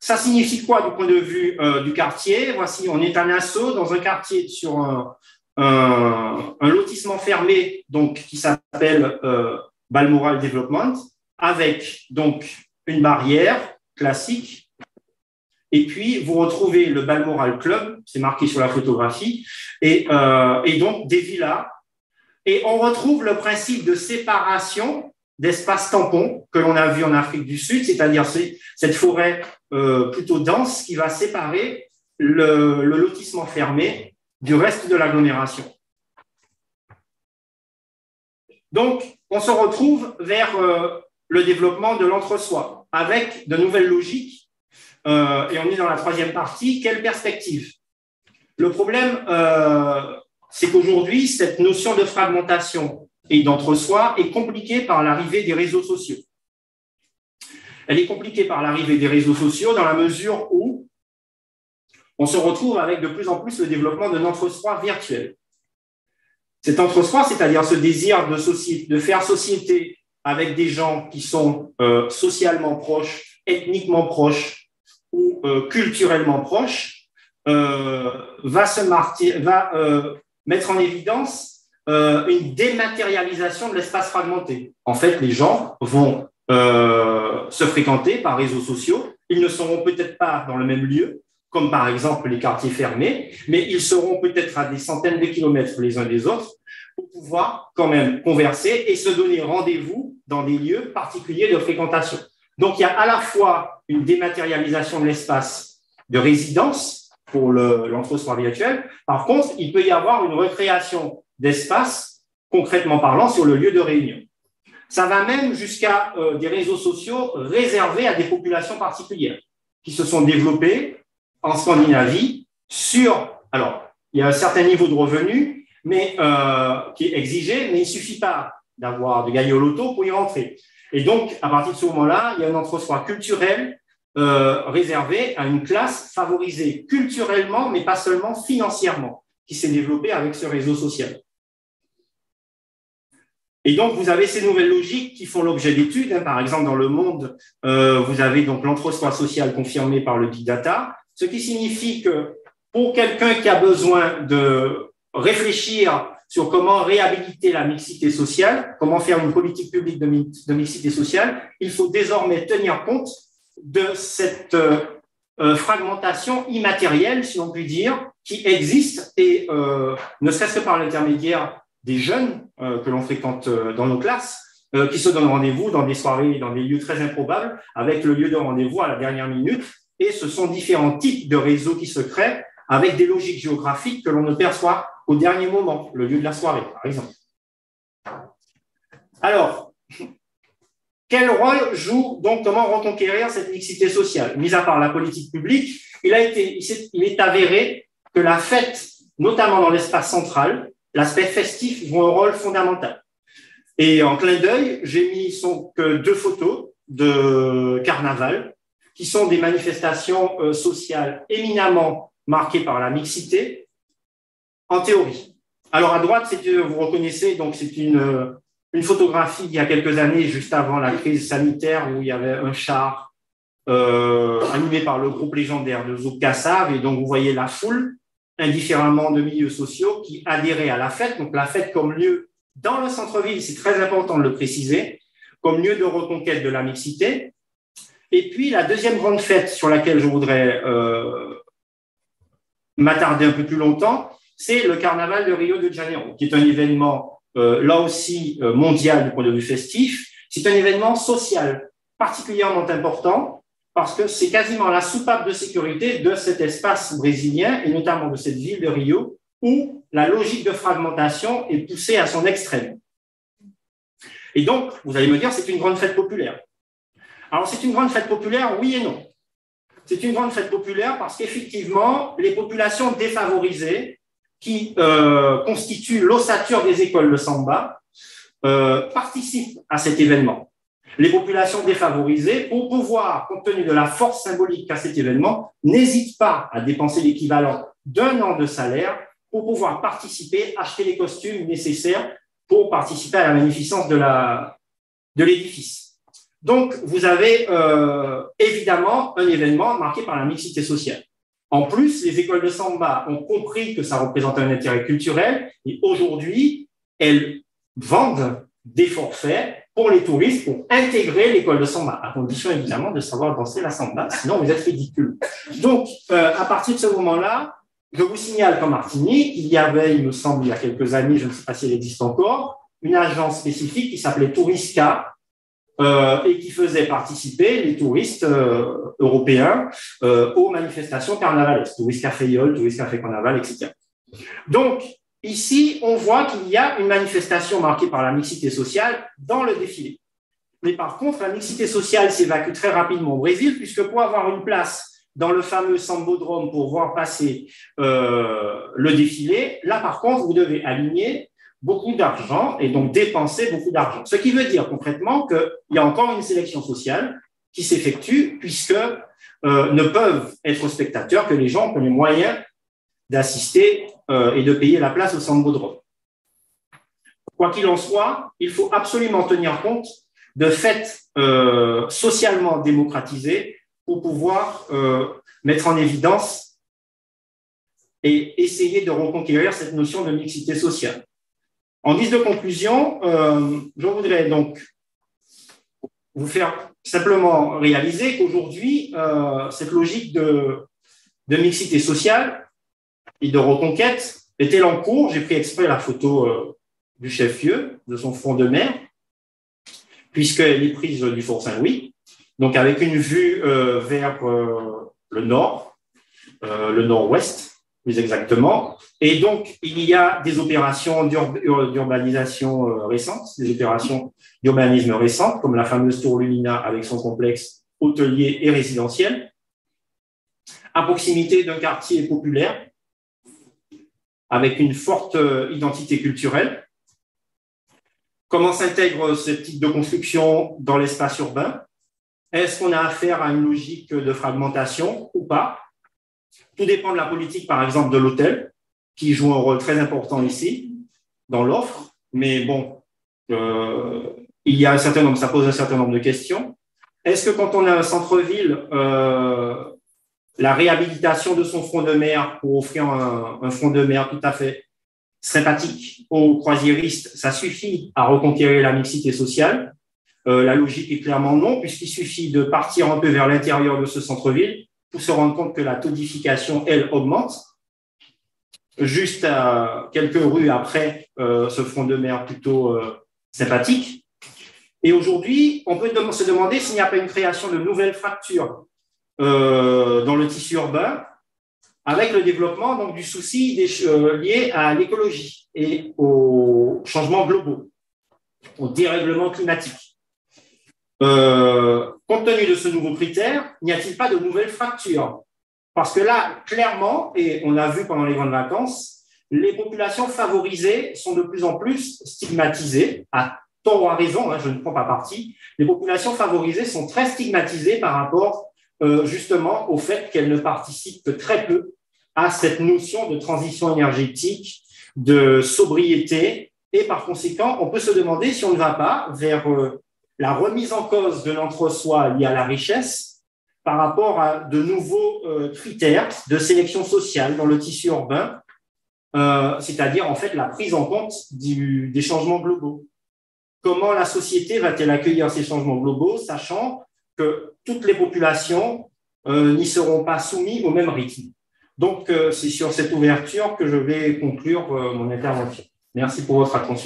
Ça signifie quoi du point de vue euh, du quartier? Voici, on est un asso dans un quartier sur un, un, un lotissement fermé donc, qui s'appelle euh, Balmoral Development, avec donc une barrière classique. Et puis, vous retrouvez le Balmoral Club, c'est marqué sur la photographie, et, euh, et donc des villas. Et on retrouve le principe de séparation d'espaces tampons que l'on a vu en Afrique du Sud, c'est-à-dire cette forêt euh, plutôt dense qui va séparer le, le lotissement fermé du reste de l'agglomération. Donc, on se retrouve vers euh, le développement de l'entre-soi avec de nouvelles logiques. Euh, et on est dans la troisième partie. Quelle perspective? Le problème, euh, c'est qu'aujourd'hui, cette notion de fragmentation et d'entre-soi est compliquée par l'arrivée des réseaux sociaux. Elle est compliquée par l'arrivée des réseaux sociaux dans la mesure où on se retrouve avec de plus en plus le développement d'un entre-soi virtuel. Cet entre-soi, c'est-à-dire ce désir de, société, de faire société avec des gens qui sont euh, socialement proches, ethniquement proches ou euh, culturellement proches, euh, va, se marquer, va euh, mettre en évidence Euh, une dématérialisation de l'espace fragmenté. En fait, les gens vont euh, se fréquenter par réseaux sociaux. Ils ne seront peut-être pas dans le même lieu, comme par exemple les quartiers fermés, mais ils seront peut-être à des centaines de kilomètres les uns des autres pour pouvoir quand même converser et se donner rendez-vous dans des lieux particuliers de fréquentation. Donc, il y a à la fois une dématérialisation de l'espace de résidence pour le, l'entre-soi virtuel. Par contre, il peut y avoir une recréation d'espace, concrètement parlant, sur le lieu de réunion. Ça va même jusqu'à euh, des réseaux sociaux réservés à des populations particulières qui se sont développées en Scandinavie sur… Alors, il y a un certain niveau de revenu mais, euh, qui est exigé, mais il ne suffit pas d'avoir de gagner au loto pour y rentrer. Et donc, à partir de ce moment-là, il y a un entre-soi culturel euh, réservé à une classe favorisée culturellement, mais pas seulement financièrement, qui s'est développée avec ce réseau social. Et donc, vous avez ces nouvelles logiques qui font l'objet d'études. Hein. Par exemple, dans le monde, euh, vous avez donc l'entre-soi social confirmé par le big data, ce qui signifie que pour quelqu'un qui a besoin de réfléchir sur comment réhabiliter la mixité sociale, comment faire une politique publique de, mi- de mixité sociale, il faut désormais tenir compte de cette euh, fragmentation immatérielle, si on peut dire, qui existe et euh, ne serait-ce que par l'intermédiaire des jeunes euh, que l'on fréquente euh, dans nos classes, euh, qui se donnent rendez-vous dans des soirées, dans des lieux très improbables, avec le lieu de rendez-vous à la dernière minute. Et ce sont différents types de réseaux qui se créent avec des logiques géographiques que l'on ne perçoit au dernier moment, le lieu de la soirée, par exemple. Alors, quel rôle joue donc comment reconquérir cette mixité sociale? Mis à part la politique publique, il, a été, il, est, il est avéré que la fête, notamment dans l'espace central, l'aspect festif joue un rôle fondamental. Et en clin d'œil, j'ai mis sont que deux photos de carnaval qui sont des manifestations euh, sociales éminemment marquées par la mixité en théorie. Alors à droite, c'est, vous reconnaissez, donc c'est une, une photographie d'il y a quelques années, juste avant la crise sanitaire, où il y avait un char euh, animé par le groupe légendaire de Zouk Kassav, et donc vous voyez la foule indifféremment de milieux sociaux qui adhéraient à la fête. Donc la fête comme lieu dans le centre-ville, c'est très important de le préciser, comme lieu de reconquête de la mixité. Et puis la deuxième grande fête sur laquelle je voudrais euh, m'attarder un peu plus longtemps, c'est le carnaval de Rio de Janeiro, qui est un événement euh, là aussi euh, mondial du point de vue festif. C'est un événement social particulièrement important, parce que c'est quasiment la soupape de sécurité de cet espace brésilien, et notamment de cette ville de Rio, où la logique de fragmentation est poussée à son extrême. Et donc, vous allez me dire, c'est une grande fête populaire. Alors, c'est une grande fête populaire, oui et non. C'est une grande fête populaire parce qu'effectivement, les populations défavorisées, qui euh, constituent l'ossature des écoles de samba, euh, participent à cet événement. Les populations défavorisées, pour pouvoir, compte tenu de la force symbolique qu'a cet événement, n'hésitent pas à dépenser l'équivalent d'un an de salaire pour pouvoir participer, acheter les costumes nécessaires pour participer à la magnificence de, la, de l'édifice. Donc, vous avez euh, évidemment un événement marqué par la mixité sociale. En plus, les écoles de samba ont compris que ça représente un intérêt culturel et aujourd'hui, elles vendent des forfaits pour les touristes pour intégrer l'école de samba, à condition évidemment de savoir danser la samba, sinon vous êtes ridicule. Donc, euh, à partir de ce moment-là, je vous signale qu'en Martinique, il y avait, il me semble, il y a quelques années, je ne sais pas si elle existe encore, une agence spécifique qui s'appelait Tourisca euh, et qui faisait participer les touristes euh, européens euh, aux manifestations carnavalesques, Tourisca Fayol, Tourisca Fait Carnaval, et cetera. Donc, ici, on voit qu'il y a une manifestation marquée par la mixité sociale dans le défilé. Mais par contre, la mixité sociale s'évacue très rapidement au Brésil, puisque pour avoir une place dans le fameux Sambodrome pour voir passer euh, le défilé, là, par contre, vous devez aligner beaucoup d'argent et donc dépenser beaucoup d'argent. Ce qui veut dire concrètement qu'il y a encore une sélection sociale qui s'effectue, puisque euh, ne peuvent être spectateurs que les gens qui ont les moyens d'assister euh, et de payer la place au Sambodrome. Quoi qu'il en soit, il faut absolument tenir compte de faits euh, socialement démocratisés pour pouvoir euh, mettre en évidence et essayer de reconquérir cette notion de mixité sociale. En guise de conclusion, euh, je voudrais donc vous faire simplement réaliser qu'aujourd'hui, euh, cette logique de, de mixité sociale et de reconquête est-elle en cours. J'ai pris exprès la photo euh, du chef-lieu, de son front de mer, puisqu'elle est prise du Fort Saint-Louis. Donc, avec une vue euh, vers euh, le nord, euh, le nord-ouest, plus exactement. Et donc, il y a des opérations d'ur- d'urbanisation euh, récentes, des opérations d'urbanisme récentes, comme la fameuse Tour Lumina avec son complexe hôtelier et résidentiel, à proximité d'un quartier populaire, avec une forte euh, identité culturelle. Comment s'intègre ce type de construction dans l'espace urbain ? Est-ce qu'on a affaire à une logique de fragmentation ou pas? Tout dépend de la politique, par exemple, de l'hôtel, qui joue un rôle très important ici, dans l'offre. Mais bon, euh, il y a un certain nombre, ça pose un certain nombre de questions. Est-ce que quand on a un centre-ville, euh, la réhabilitation de son front de mer pour offrir un, un front de mer tout à fait sympathique aux croisiéristes, ça suffit à reconquérir la mixité sociale? Euh, la logique est clairement non, puisqu'il suffit de partir un peu vers l'intérieur de ce centre-ville pour se rendre compte que la taudification, elle, augmente. Juste à quelques rues après euh, ce front de mer plutôt euh, sympathique. Et aujourd'hui, on peut dem- se demander s'il n'y a pas une création de nouvelles fractures euh, dans le tissu urbain, avec le développement donc, du souci des, euh, lié à l'écologie et aux changements globaux, au dérèglement climatique. Euh, compte tenu de ce nouveau critère, n'y a-t-il pas de nouvelles fractures? Parce que là, clairement, et on l'a vu pendant les grandes vacances, les populations favorisées sont de plus en plus stigmatisées, à tort ou à raison, hein, je ne prends pas parti. Les populations favorisées sont très stigmatisées par rapport euh, justement au fait qu'elles ne participent que très peu à cette notion de transition énergétique, de sobriété, et par conséquent, on peut se demander si on ne va pas vers euh, la remise en cause de l'entre-soi lié à la richesse par rapport à de nouveaux euh, critères de sélection sociale dans le tissu urbain, euh, c'est-à-dire en fait la prise en compte du, des changements globaux. Comment la société va-t-elle accueillir ces changements globaux, sachant que toutes les populations euh, n'y seront pas soumises au même rythme? Donc, euh, c'est sur cette ouverture que je vais conclure euh, mon intervention. Merci pour votre attention.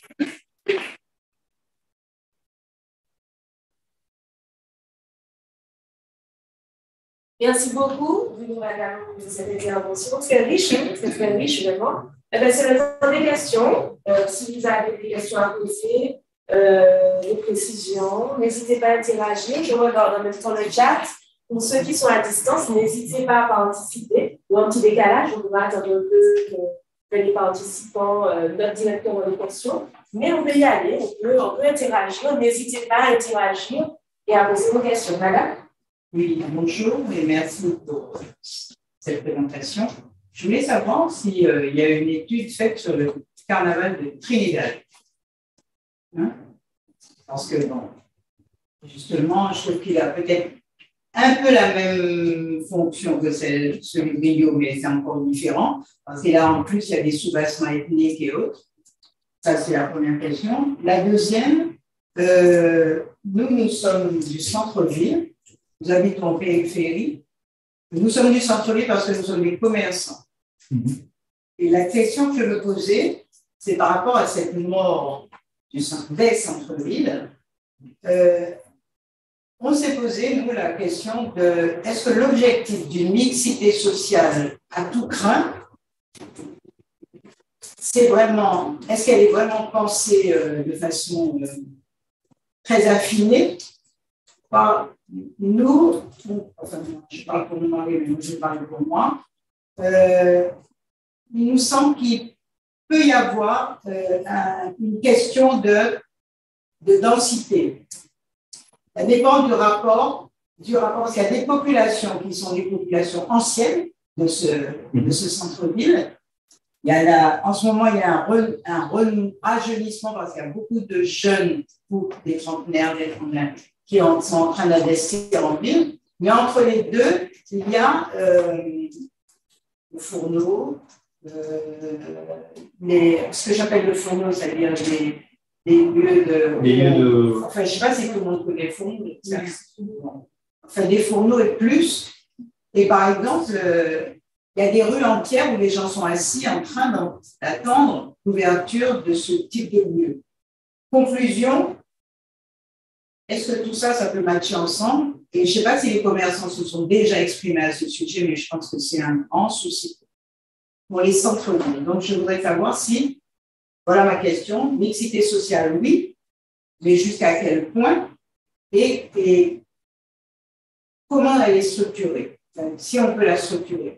Merci beaucoup, Bruno, madame, de cette intervention. Très riche, hein, très, très riche, vraiment. Eh bien, c'est le temps des questions. Euh, si vous avez des questions à poser, euh, des précisions, n'hésitez pas à interagir. Je regarde en même temps le chat. Pour ceux qui sont à distance, n'hésitez pas à participer. Ou un petit décalage, on va attendre un peu que les participants, euh, notre directeur des questions. Mais on peut y aller, on peut, on peut interagir. N'hésitez pas à interagir et à poser vos questions. Madame? Oui, bonjour et merci pour cette présentation. Je voulais savoir s'il euh, y a une étude faite sur le carnaval de Trinidad. Hein? Parce que, bon, Justement, je trouve qu'il a peut-être un peu la même fonction que celle, celui de Rio, mais c'est encore différent, parce que là, en plus, il y a des soubassements ethniques et autres. Ça, c'est la première question. La deuxième, euh, nous, nous sommes du centre-ville, nous habitons en périphérie. Nous sommes du centre-ville parce que nous sommes des commerçants. Mm-hmm. Et la question que je me posais, c'est par rapport à cette mort du centre, des centres-villes. Euh, on s'est posé, nous, la question de est-ce que l'objectif d'une mixité sociale à tout craint, c'est vraiment, est-ce qu'elle est vraiment pensée euh, de façon euh, très affinée par nous, enfin, je parle pour mon mari, mais je parle pour moi, euh, il nous semble qu'il peut y avoir euh, un, une question de, de densité. Ça dépend du rapport, du rapport, parce qu'il y a des populations qui sont des populations anciennes de ce, de ce centre-ville. Il y a la, en ce moment, il y a un, re, un rajeunissement parce qu'il y a beaucoup de jeunes, ou des trentenaires, des trentenaires, qui en, sont en train d'investir en ville. Mais entre les deux, il y a euh, le fourneau, euh, les, ce que j'appelle le fourneau, c'est-à-dire les, les lieux de... Les lieux de... Enfin, je ne sais pas si tout le monde connaît les fourneaux. Enfin, des fourneaux et plus. Et par exemple, euh, il y a des rues entières où les gens sont assis en train d'attendre l'ouverture de ce type de lieu. Conclusion, est-ce que tout ça, ça peut matcher ensemble? Et je ne sais pas si les commerçants se sont déjà exprimés à ce sujet, mais je pense que c'est un grand souci pour les centres-villes. Donc, je voudrais savoir si, voilà ma question, mixité sociale, oui, mais jusqu'à quel point et, et comment elle est structurée, si on peut la structurer.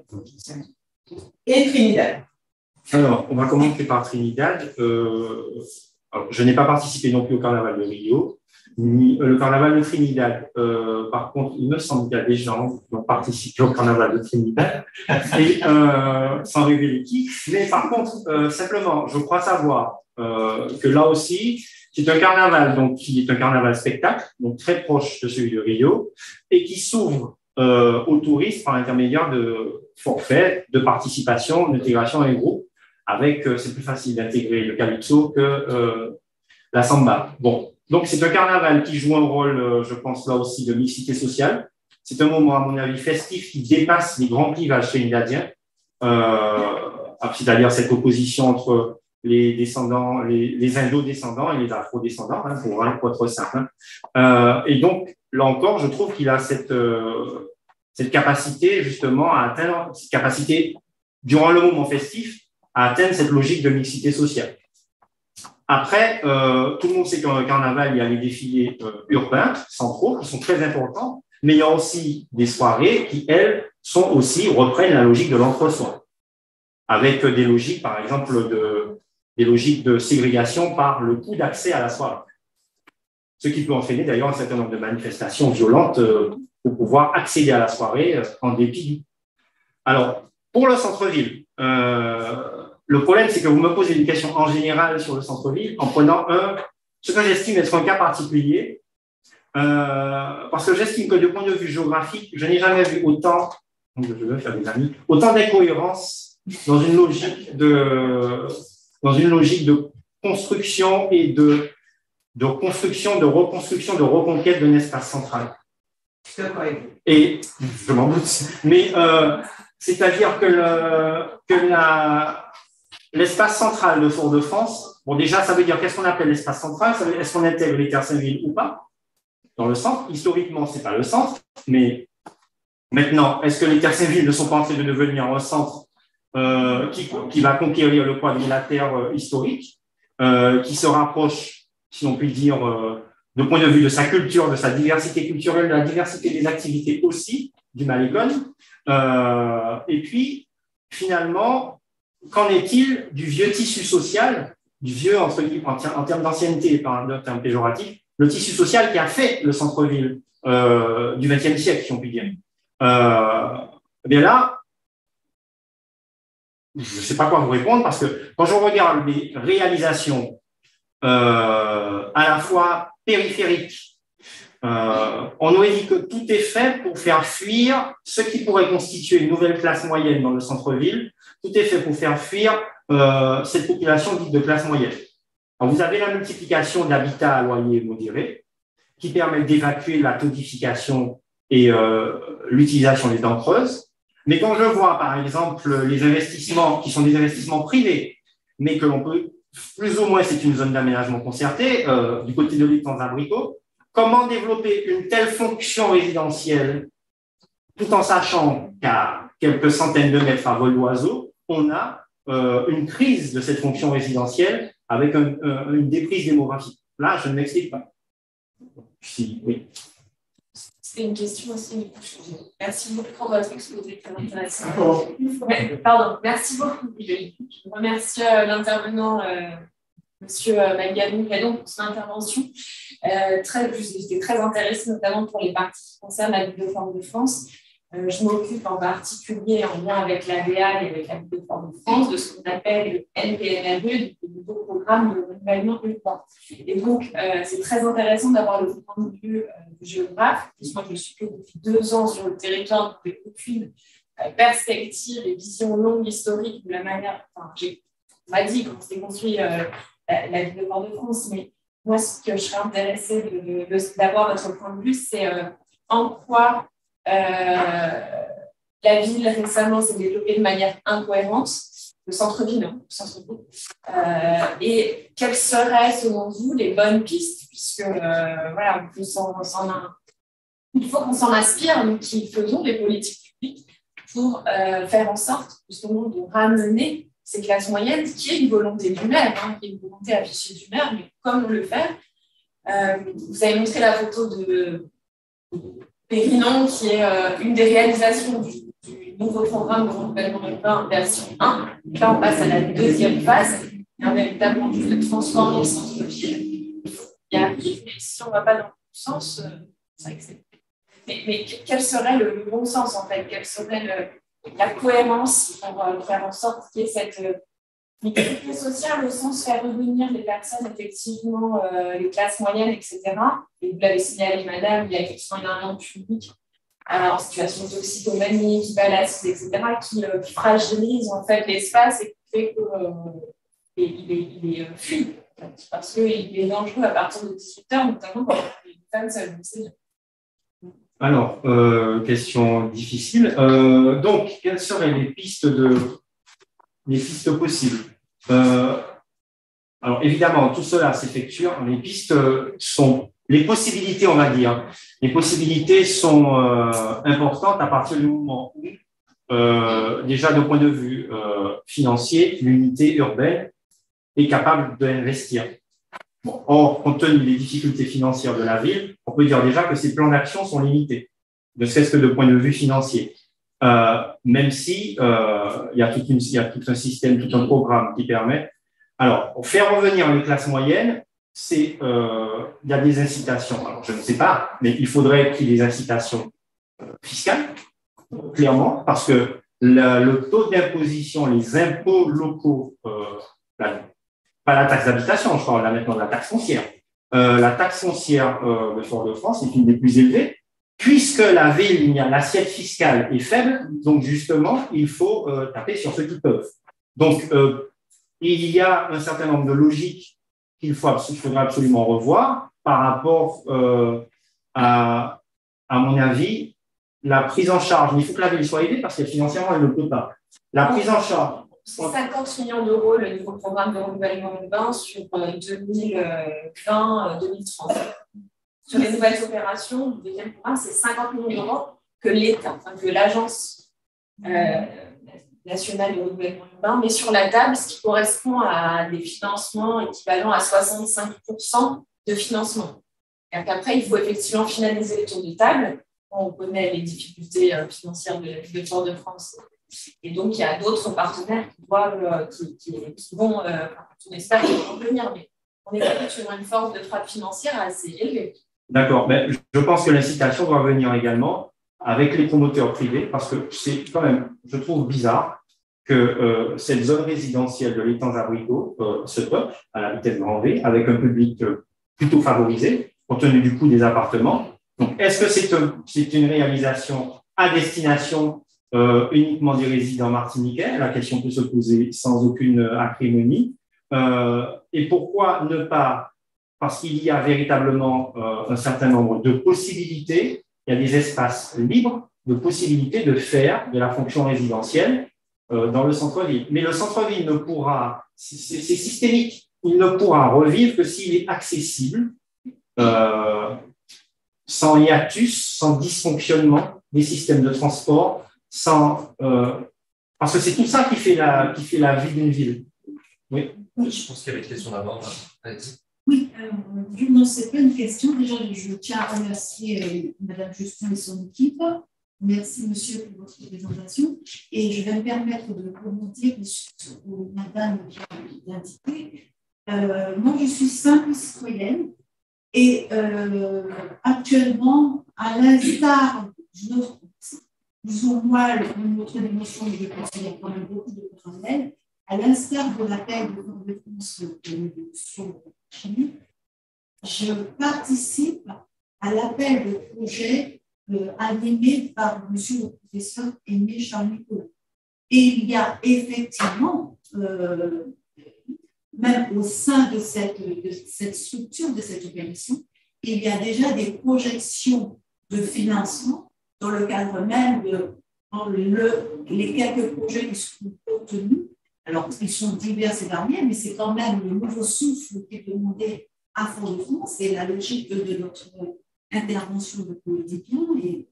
Et Trinidad. Alors, on va commencer par Trinidad. Euh, alors, je n'ai pas participé non plus au carnaval de Rio, ni euh, le carnaval de Trinidad. Euh, par contre, il me semble qu'il y a des gens qui ont participé au carnaval de Trinidad, et, euh, sans révéler qui. Mais par contre, euh, simplement, je crois savoir euh, que là aussi, c'est un carnaval donc, qui est un carnaval spectacle, donc très proche de celui de Rio, et qui s'ouvre Euh, aux touristes par l'intermédiaire de forfaits, de participation, d'intégration dans les groupes, avec, euh, c'est plus facile d'intégrer le calypso que euh, la samba. Bon, donc c'est un carnaval qui joue un rôle, euh, je pense là aussi, de mixité sociale. C'est un moment, à mon avis, festif qui dépasse les grands clivages trinidadiens, euh, c'est-à-dire cette opposition entre les descendants, les, les indo-descendants et les afro-descendants, hein, pour, hein, pour être simple. Hein. Euh, et donc, là encore, je trouve qu'il a cette, euh, cette capacité, justement, à atteindre, cette capacité, durant le moment festif, à atteindre cette logique de mixité sociale. Après, euh, tout le monde sait qu'en carnaval, il y a les défilés euh, urbains, centraux, qui sont très importants, mais il y a aussi des soirées qui, elles, sont aussi, reprennent la logique de l'entre-soi, avec des logiques, par exemple, de, des logiques de ségrégation par le coût d'accès à la soirée. Ce qui peut entraîner d'ailleurs un certain nombre de manifestations violentes euh, pour pouvoir accéder à la soirée euh, en dépit. Alors, pour le centre-ville, euh, le problème, c'est que vous me posez une question en général sur le centre-ville en prenant un, ce que j'estime être un cas particulier, euh, parce que j'estime que de point de vue géographique, je n'ai jamais vu autant, je veux faire des amis, autant d'incohérences dans une logique de, dans une logique de construction et de de construction, de reconstruction, de reconquête d'un espace central. Et je m'en doute, mais euh, c'est-à-dire que, le, que la, l'espace central de Fort-de-France, bon déjà ça veut dire qu'est-ce qu'on appelle l'espace central, est-ce qu'on intègre les Terres Saint-Ville ou pas dans le centre? Historiquement, ce n'est pas le centre, mais maintenant, est-ce que les Terres Saint-Ville ne sont pas en train de devenir un centre euh, qui, qui va conquérir le quadrilatère euh, historique, euh, qui se rapproche, si on peut dire, euh, de point de vue de sa culture, de sa diversité culturelle, de la diversité des activités aussi, du Malécon. Euh, et puis, finalement, qu'en est-il du vieux tissu social, du vieux, entre guillemets, en, en termes d'ancienneté, par un terme péjoratif, le tissu social qui a fait le centre-ville euh, du vingtième siècle, si on peut dire. Euh, eh bien là, je ne sais pas quoi vous répondre, parce que quand je regarde les réalisations Euh, à la fois périphériques Euh, on aurait dit que tout est fait pour faire fuir ce qui pourrait constituer une nouvelle classe moyenne dans le centre-ville. Tout est fait pour faire fuir euh, cette population dite de classe moyenne. Alors, vous avez la multiplication d'habitats à loyer modéré qui permet d'évacuer la todification et euh, l'utilisation des dents creuses. Mais quand je vois, par exemple, les investissements qui sont des investissements privés, mais que l'on peut, plus ou moins, c'est une zone d'aménagement concerté, euh, du côté de l'étang abricot, comment développer une telle fonction résidentielle tout en sachant qu'à quelques centaines de mètres à vol d'oiseau, on a euh, une crise de cette fonction résidentielle avec un, euh, une déprise démographique. Là, je ne m'explique pas. Si, oui. C'est une question aussi. Merci beaucoup pour votre exposé, très intéressant. Ouais, pardon, merci beaucoup. Je remercie euh, l'intervenant, euh, M. Manganou, pour son intervention. Euh, très, j'étais très intéressée, notamment pour les parties qui concernent la Ville de Fort-de-France. Euh, je m'occupe en particulier, en lien avec l'A D A et avec la Ville de Fort-de-France, de ce qu'on appelle le N P M R E, du nouveau programme de renouvellement urbain. Et donc, euh, c'est très intéressant d'avoir le point de vue euh, du géographe. Moi, je suis que depuis deux ans sur le territoire, donc j'ai aucune euh, perspective et vision longue historique de la manière. Enfin, j'ai, on m'a dit qu'on s'est construit euh, la, la Ville de Fort-de-France, mais moi, ce que je serais intéressée de, de, de, d'avoir votre point de vue, c'est euh, en quoi Euh, la ville récemment s'est développée de manière incohérente, le centre-ville, non, le centre-ville. Euh, et quelles seraient, selon vous, les bonnes pistes, puisque euh, voilà, on peut s'en, s'en, il faut qu'on s'en inspire, nous qui faisons des politiques publiques, pour euh, faire en sorte justement de ramener ces classes moyennes, qui est une volonté du maire, hein, qui est une volonté affichée du maire, mais comment le faire. Euh, vous avez montré la photo de Périnon, qui est euh, une des réalisations du, du nouveau programme de renouvellement urbain version un. Là, on passe à la deuxième phase. Il y a un véritable enjeu de transformer le centre-ville. Il y a, mais si on ne va pas dans le bon sens, euh, c'est vrai que c'est... Mais, mais quel serait le, le bon sens, en fait? Quelle serait le, la cohérence pour euh, faire en sorte qu'il y ait cette euh, mixité sociale, au sens faire revenir les personnes, effectivement, euh, les classes moyennes, et cetera. Et vous l'avez signalé, madame, il y a effectivement énormément de public euh, en situation de toxicomanie, qui baladent, et cetera, qui, euh, qui fragilisent en fait l'espace et qui fait qu'il euh, il est, il est fuit. Parce qu'il est dangereux à partir de dix-huit heures, notamment quand les femmes seules. Alors, euh, question difficile. Euh, donc, quelles seraient les pistes de les pistes possibles? euh, Alors, évidemment, tout cela s'effectue. Les pistes sont les possibilités, on va dire. Les possibilités sont euh, importantes à partir du moment où, euh, déjà, de point de vue euh, financier, l'unité urbaine est capable d'investir. Bon, or, compte tenu des difficultés financières de la ville, on peut dire déjà que ces plans d'action sont limités, ne serait-ce que de point de vue financier. Euh, même si euh, il y a toute une, il y a tout un système, tout un programme qui permet. Alors, pour faire revenir les classes moyennes, c'est euh, il y a des incitations. Alors, je ne sais pas, mais il faudrait qu'il y ait des incitations fiscales, clairement, parce que la, le taux d'imposition, les impôts locaux, euh, la, pas la taxe d'habitation, je parle là maintenant de la taxe foncière. Euh, la taxe foncière euh, de Fort-de-France est une des plus élevées. Puisque la ville, l'assiette fiscale est faible, donc justement, il faut euh, taper sur ceux qui peuvent. Donc, euh, il y a un certain nombre de logiques qu'il faut, qu'il faudra absolument revoir par rapport euh, à, à mon avis, la prise en charge. Mais il faut que la ville soit aidée parce que financièrement, elle ne peut pas. La prise en charge. C'est cinquante millions d'euros le nouveau programme de renouvellement urbain sur deux mille vingt deux mille trente. Sur les nouvelles opérations, le deuxième programme, c'est cinquante millions d'euros que l'État, enfin que l'Agence euh, nationale de renouvellement urbain met sur la table, ce qui correspond à des financements équivalents à soixante-cinq pour cent de financement. Et après, il faut effectivement finaliser les tours de table. On connaît les difficultés financières de la Ville de Fort-de-France. Et donc, il y a d'autres partenaires qui, doivent, qui, qui, qui vont, euh, on espère qu'ils vont venir, mais on est sur une force de frappe financière assez élevée. D'accord, mais je pense que l'incitation doit venir également avec les promoteurs privés, parce que c'est quand même, je trouve bizarre que euh, cette zone résidentielle de l'étang abricot euh, se peuple à la vitesse grand V avec un public euh, plutôt favorisé, compte tenu du coût des appartements. Donc, est-ce que c'est un, c'est une réalisation à destination euh, uniquement des résidents martiniquais? La question peut se poser sans aucune acrimonie. Euh, et pourquoi ne pas, parce qu'il y a véritablement euh, un certain nombre de possibilités, il y a des espaces libres de possibilités de faire de la fonction résidentielle euh, dans le centre-ville. Mais le centre-ville ne pourra, c'est, c'est systémique, il ne pourra revivre que s'il est accessible, euh, sans hiatus, sans dysfonctionnement des systèmes de transport, sans, euh, parce que c'est tout ça qui fait la, qui fait la vie d'une ville. Oui. Oui. Je pense qu'il y avait une question d'abord. Allez-y. Oui, euh, non, c'est pas une question. Déjà, je tiens à remercier euh, Madame Justin et son équipe. Merci, monsieur, pour votre présentation. Et je vais me permettre de commenter sur ce que Madame vient d'indiquer. Euh, moi, je suis simple citoyenne et euh, actuellement, à l'instar d'une autre, disons moi, une autre dimension que je considère quand même beaucoup de parallèles, à l'instar de l'appel de compétences sur chimie, je participe à l'appel de projet euh, animé par M. le professeur Aimé Charles-Nicolas. Et il y a effectivement, euh, même au sein de cette, de cette structure, de cette opération, il y a déjà des projections de financement dans le cadre même de dans le, les quelques projets qui sont obtenus. Alors, ils sont divers et variés, mais c'est quand même le nouveau souffle qui est demandé à Fort-de-France et la logique de notre intervention de politiciens et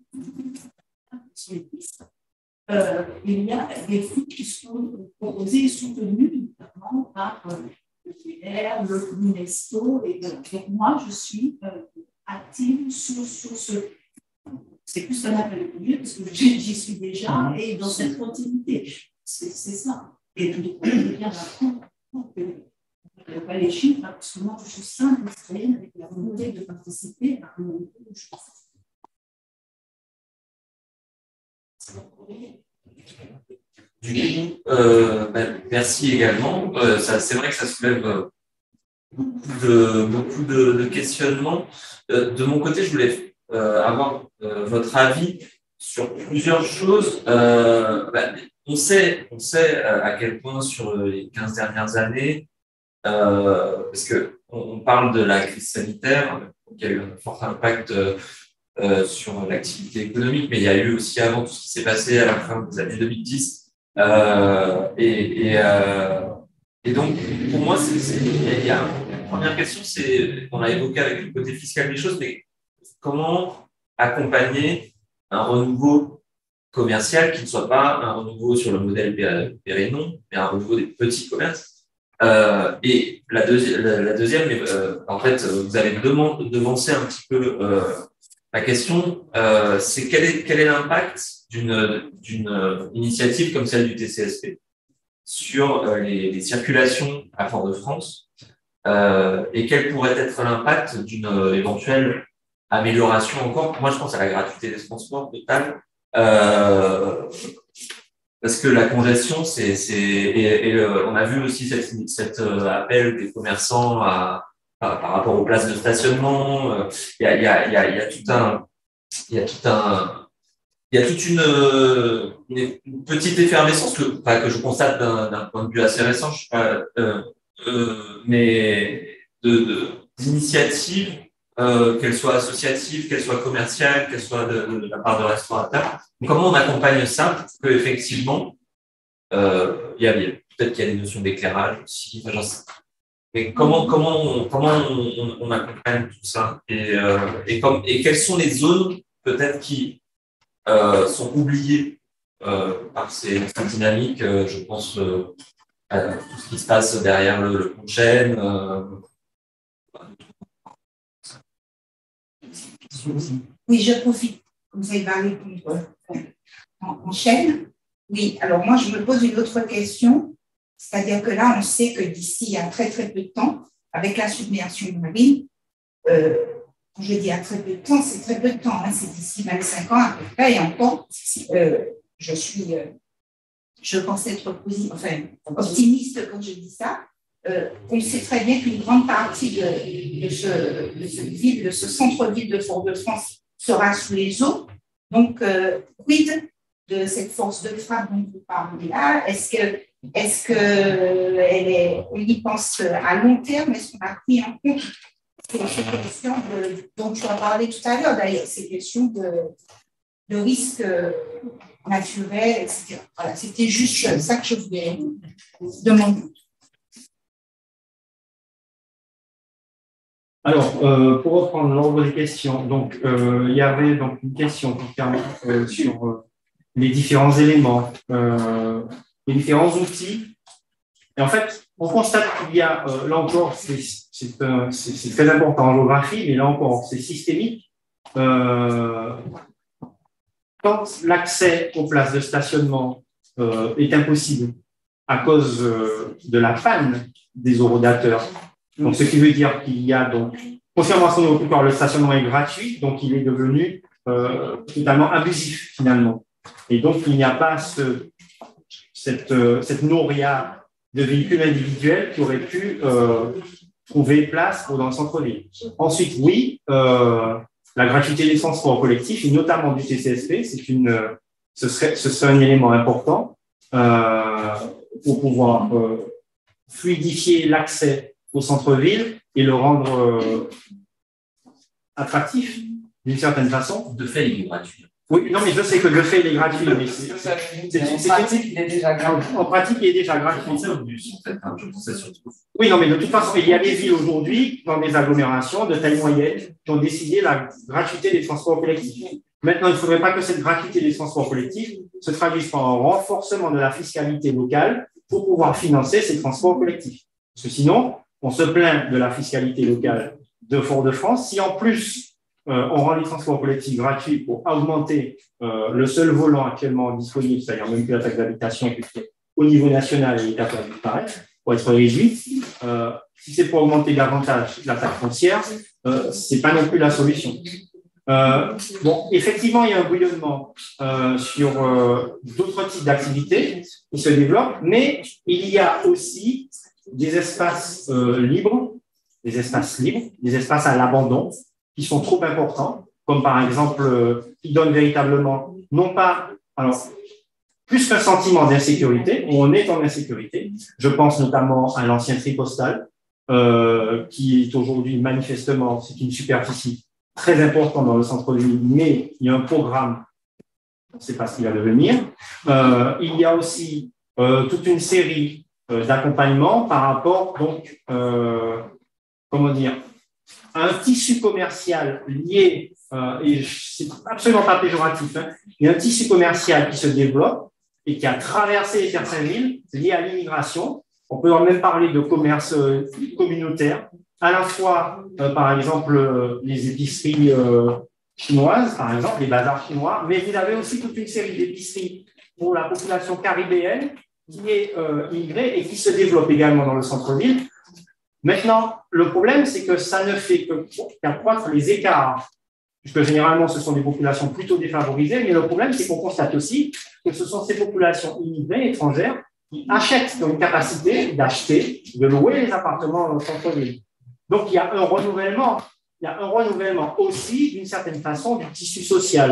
sur les pistes. Euh, il y a des fonds qui sont proposés et soutenus notamment par euh, le P R, le l'UNESCO. Et donc, moi, je suis euh, active sur, sur ce. C'est plus un appel de Dieu parce que j'y suis déjà et dans cette continuité. C'est ça. Et donc, on est bien d'accord que pas les chiffres, parce que moi, je suis simple citoyenne avec la volonté de participer à un monde de choses. Du coup, euh, ben, merci également. Euh, ça, c'est vrai que ça soulève euh, beaucoup de, beaucoup de, de questionnements. Euh, de mon côté, je voulais euh, avoir euh, votre avis sur plusieurs choses. Euh, ben, on sait, on sait à quel point sur les quinze dernières années, euh, parce que on, on parle de la crise sanitaire, qui a eu un fort impact euh, sur l'activité économique, mais il y a eu aussi avant tout ce qui s'est passé à la fin des années deux mille dix. Euh, et, et, euh, et donc, pour moi, c'est, c'est, il y a une première question, c'est, on a évoqué avec le côté fiscal des choses, mais comment accompagner un renouveau commercial qui ne soit pas un renouveau sur le modèle Pérénon, mais un renouveau des petits commerces. Euh, et la, deuxi- la, la deuxième, euh, en fait, vous avez demandé, devancé un petit peu euh, la question, euh, c'est quel est, quel est l'impact d'une, d'une initiative comme celle du T C S P sur euh, les, les circulations à Fort-de-France euh, et quel pourrait être l'impact d'une euh, éventuelle amélioration encore. Moi, je pense à la gratuité des transports totale. Euh, parce que la congestion, c'est, c'est et, et le, on a vu aussi cette, cette euh, appel des commerçants à, à, par rapport aux places de stationnement. Euh, il y a, il y a, il y a, il y a tout un, il y a tout un, il y a toute une, une, une petite effervescence que, enfin, que je constate d'un, d'un point de vue assez récent, je sais pas, euh, euh, mais de, de d'initiatives. Euh, qu'elle soit associative, qu'elle soit commerciale, qu'elle soit de, de, de la part de restaurateurs. Donc, comment on accompagne ça pour que effectivement, euh, il y a peut-être qu'il y a des notions d'éclairage aussi. Enfin, j'en sais. Mais comment comment on, comment on, on accompagne tout ça et euh, et comme et quelles sont les zones peut-être qui euh, sont oubliées euh, par ces, ces dynamiques. Euh, je pense euh, à tout ce qui se passe derrière le, le pont de Chêne. Euh, Oui, je profite, comme ça il va répondre en, en chaîne. Oui, alors moi je me pose une autre question, c'est-à-dire que là on sait que d'ici à très très peu de temps, avec la submersion marine, euh, quand je dis à très peu de temps, c'est très peu de temps, hein, c'est d'ici vingt-cinq ans à peu près, et encore, euh, je suis, euh, je pense être posi- enfin, optimiste quand je dis ça, euh, on sait très bien qu'une grande partie de, de, ce, de, ce ville, de ce centre-ville de Fort-de-France sera sous les eaux. Donc, euh, quid de cette force de frappe dont vous parlez là? Est-ce que, est-ce que elle est, on y pense à long terme? Est-ce qu'on a pris en compte ces questions de, dont tu as parlé tout à l'heure, d'ailleurs, ces questions de, de risques naturels, et cetera. Voilà, c'était juste ça que je voulais demander. Alors, euh, pour reprendre l'ordre des questions, donc euh, il y avait donc une question concernant euh, sur euh, les différents éléments, euh, les différents outils. Et en fait, on constate qu'il y a, euh, là encore, c'est, c'est, euh, c'est, c'est très important en géographie, mais là encore, c'est systémique. Euh, quand l'accès aux places de stationnement euh, est impossible à cause euh, de la panne des horodateurs, donc ce qui veut dire qu'il y a donc, contrairement à ce qu'on occupe, le stationnement est gratuit, donc il est devenu euh, totalement abusif finalement. Et donc il n'y a pas ce, cette, euh, cette noria de véhicules individuels qui auraient pu euh, trouver place dans le centre-ville. Ensuite, oui, euh, la gratuité des transports collectifs, et notamment du T C S P, c'est une, ce serait, ce serait un élément important euh, pour pouvoir euh, fluidifier l'accès au centre-ville et le rendre euh, attractif d'une certaine façon. De fait, il est gratuit. Oui, non, mais je sais que de fait, il est gratuit. Mais c'est, c'est, c'est, en pratique, il est déjà gratuit. En pratique, il est déjà gratuit. Je pensais au bus, en fait. Hein, je pensais surtout. Oui, non, mais de toute façon, il y a des villes aujourd'hui, dans des agglomérations de taille moyenne, qui ont décidé la gratuité des transports collectifs. Maintenant, il ne faudrait pas que cette gratuité des transports collectifs se traduise par un renforcement de la fiscalité locale pour pouvoir financer ces transports collectifs. Parce que sinon, on se plaint de la fiscalité locale de Fort-de-France. Si en plus, euh, on rend les transports collectifs gratuits pour augmenter euh, le seul volant actuellement disponible, c'est-à-dire même plus la taxe d'habitation, puisque au niveau national, il est capable de disparaître, pour être réduit. Euh, si c'est pour augmenter davantage la taxe foncière, euh, ce n'est pas non plus la solution. Euh, bon, effectivement, il y a un bouillonnement euh, sur euh, d'autres types d'activités qui se développent, mais il y a aussi des espaces euh, libres, des espaces libres, des espaces à l'abandon qui sont trop importants, comme par exemple, euh, qui donnent véritablement, non pas, alors, plus qu'un sentiment d'insécurité, où on est en insécurité. Je pense notamment à l'ancien tri postal, euh, qui est aujourd'hui manifestement, c'est une superficie très importante dans le centre-ville, mais il y a un programme, on ne sait pas ce qu'il va devenir. Euh, il y a aussi euh, toute une série Euh, d'accompagnement par rapport, donc, euh, comment dire, à un tissu commercial lié, euh, et c'est absolument pas péjoratif, hein, il y a un tissu commercial qui se développe et qui a traversé les certaines villes lié à l'immigration. On peut même parler de commerce euh, communautaire, à la fois, euh, par exemple, euh, les épiceries euh, chinoises, par exemple, les bazars chinois, mais vous avez aussi toute une série d'épiceries pour la population caribéenne qui est euh, immigrée et qui se développe également dans le centre-ville. Maintenant, le problème, c'est que ça ne fait que, qu'accroître les écarts, puisque généralement, ce sont des populations plutôt défavorisées, mais le problème, c'est qu'on constate aussi que ce sont ces populations immigrées, étrangères, qui achètent, qui ont une capacité d'acheter, de louer les appartements dans le centre-ville. Donc, il y a un renouvellement, il y a un renouvellement aussi, d'une certaine façon, du tissu social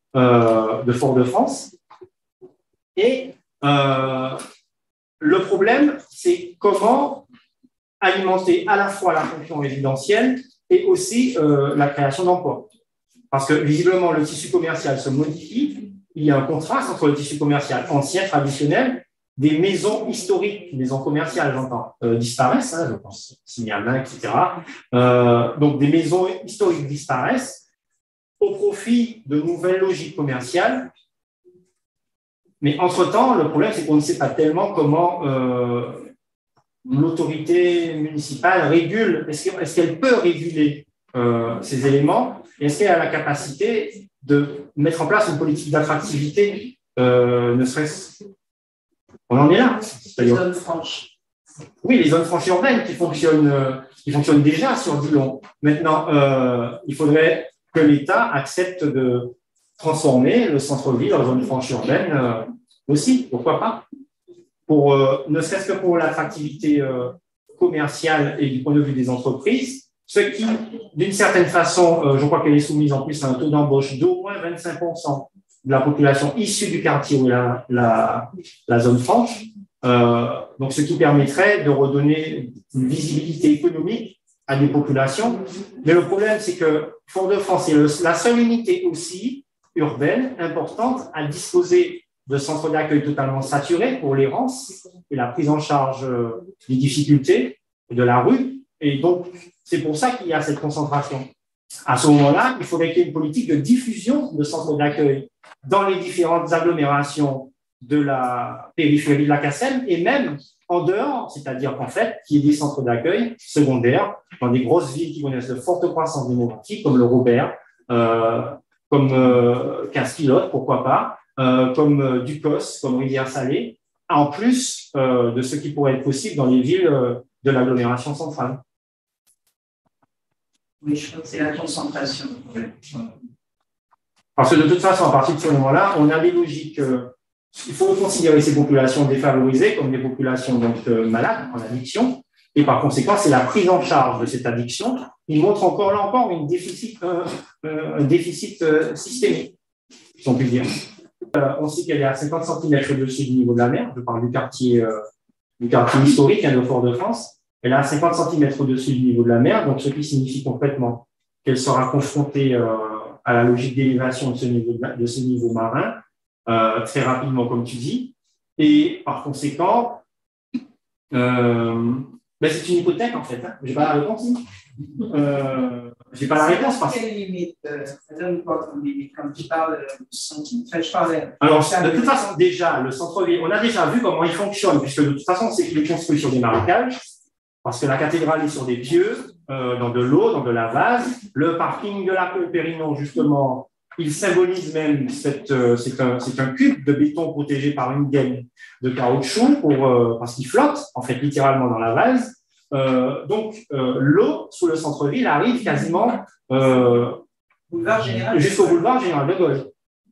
euh, de Fort-de-France. Et Euh, le problème, c'est comment alimenter à la fois la fonction résidentielle et aussi euh, la création d'emplois. Parce que visiblement, le tissu commercial se modifie. Il y a un contraste entre le tissu commercial ancien, traditionnel, des maisons historiques, maisons commerciales, j'entends, euh, disparaissent, hein, je pense, Signalement, et cetera. Euh, donc, des maisons historiques disparaissent au profit de nouvelles logiques commerciales. Mais entre-temps, le problème, c'est qu'on ne sait pas tellement comment euh, l'autorité municipale régule. Est-ce, que, est-ce qu'elle peut réguler euh, ces éléments? Est-ce qu'elle a la capacité de mettre en place une politique d'attractivité, euh, ne serait-ce... On en est là. Les zones franches. Oui, les zones franches urbaines qui fonctionnent, euh, qui fonctionnent déjà sur Dillon. Maintenant, euh, il faudrait que l'État accepte de transformer le centre-ville en zone franche urbaine euh, aussi, pourquoi pas, pour, euh, ne serait-ce que pour l'attractivité euh, commercial et du point de vue des entreprises, ce qui, d'une certaine façon, euh, je crois qu'elle est soumise en plus à un taux d'embauche d'au moins vingt-cinq pour cent de la population issue du quartier ou la, la, la zone franche. Euh, donc, ce qui permettrait de redonner une visibilité économique à des populations. Mais le problème, c'est que Fort-de-France est le, la seule unité aussi urbaine importante à disposer de centres d'accueil totalement saturés pour l'errance et la prise en charge des difficultés de la rue. Et donc, c'est pour ça qu'il y a cette concentration. À ce moment-là, il faudrait qu'il y ait une politique de diffusion de centres d'accueil dans les différentes agglomérations de la périphérie de la C A S M et même en dehors, c'est-à-dire qu'en fait, qu'il y ait des centres d'accueil secondaires dans des grosses villes qui connaissent de fortes croissances démographiques, comme le Robert, euh, comme euh, Castilotte, pourquoi pas, euh, comme euh, Ducos, comme Rivière-Salée, en plus euh, de ce qui pourrait être possible dans les villes euh, de l'agglomération centrale. Oui, je crois que c'est la concentration. Parce que de toute façon, à partir de ce moment-là, on a des logiques. Euh, il faut considérer ces populations défavorisées comme des populations donc, euh, malades en addiction. Et par conséquent, c'est la prise en charge de cette addiction. Il montre encore là encore une déficit, euh, euh, un déficit euh, systémique, si on peut dire. Euh, on sait qu'elle est à cinquante centimètres au-dessus du niveau de la mer. Je parle du quartier, euh, du quartier historique hein, de Fort-de-France. Elle est à cinquante centimètres au-dessus du niveau de la mer, donc ce qui signifie concrètement qu'elle sera confrontée euh, à la logique d'élévation de ce niveau, de, de ce niveau marin euh, très rapidement, comme tu dis. Et par conséquent, euh, ben c'est une hypothèque en fait. Hein. Je n'ai pas la réponse. Euh, je n'ai pas la réponse. Parce... Quelle limite euh, ça donne quoi comme limite quand tu parles de centre-ville? Enfin, je parlais. Alors, de toute façon, déjà, le centre-ville, on a déjà vu comment il fonctionne, puisque de toute façon, c'est qu'il est construit sur des marécages. Parce que la cathédrale est sur des pieux, euh, dans de l'eau, dans de la vase. Le parking de la cour Périnon, justement, il symbolise même, cette, euh, c'est un, c'est un cube de béton protégé par une gaine de caoutchouc pour, euh, parce qu'il flotte, en fait, littéralement dans la vase. Euh, donc, euh, l'eau sous le centre-ville arrive quasiment euh, jusqu'au boulevard Général de Gaulle.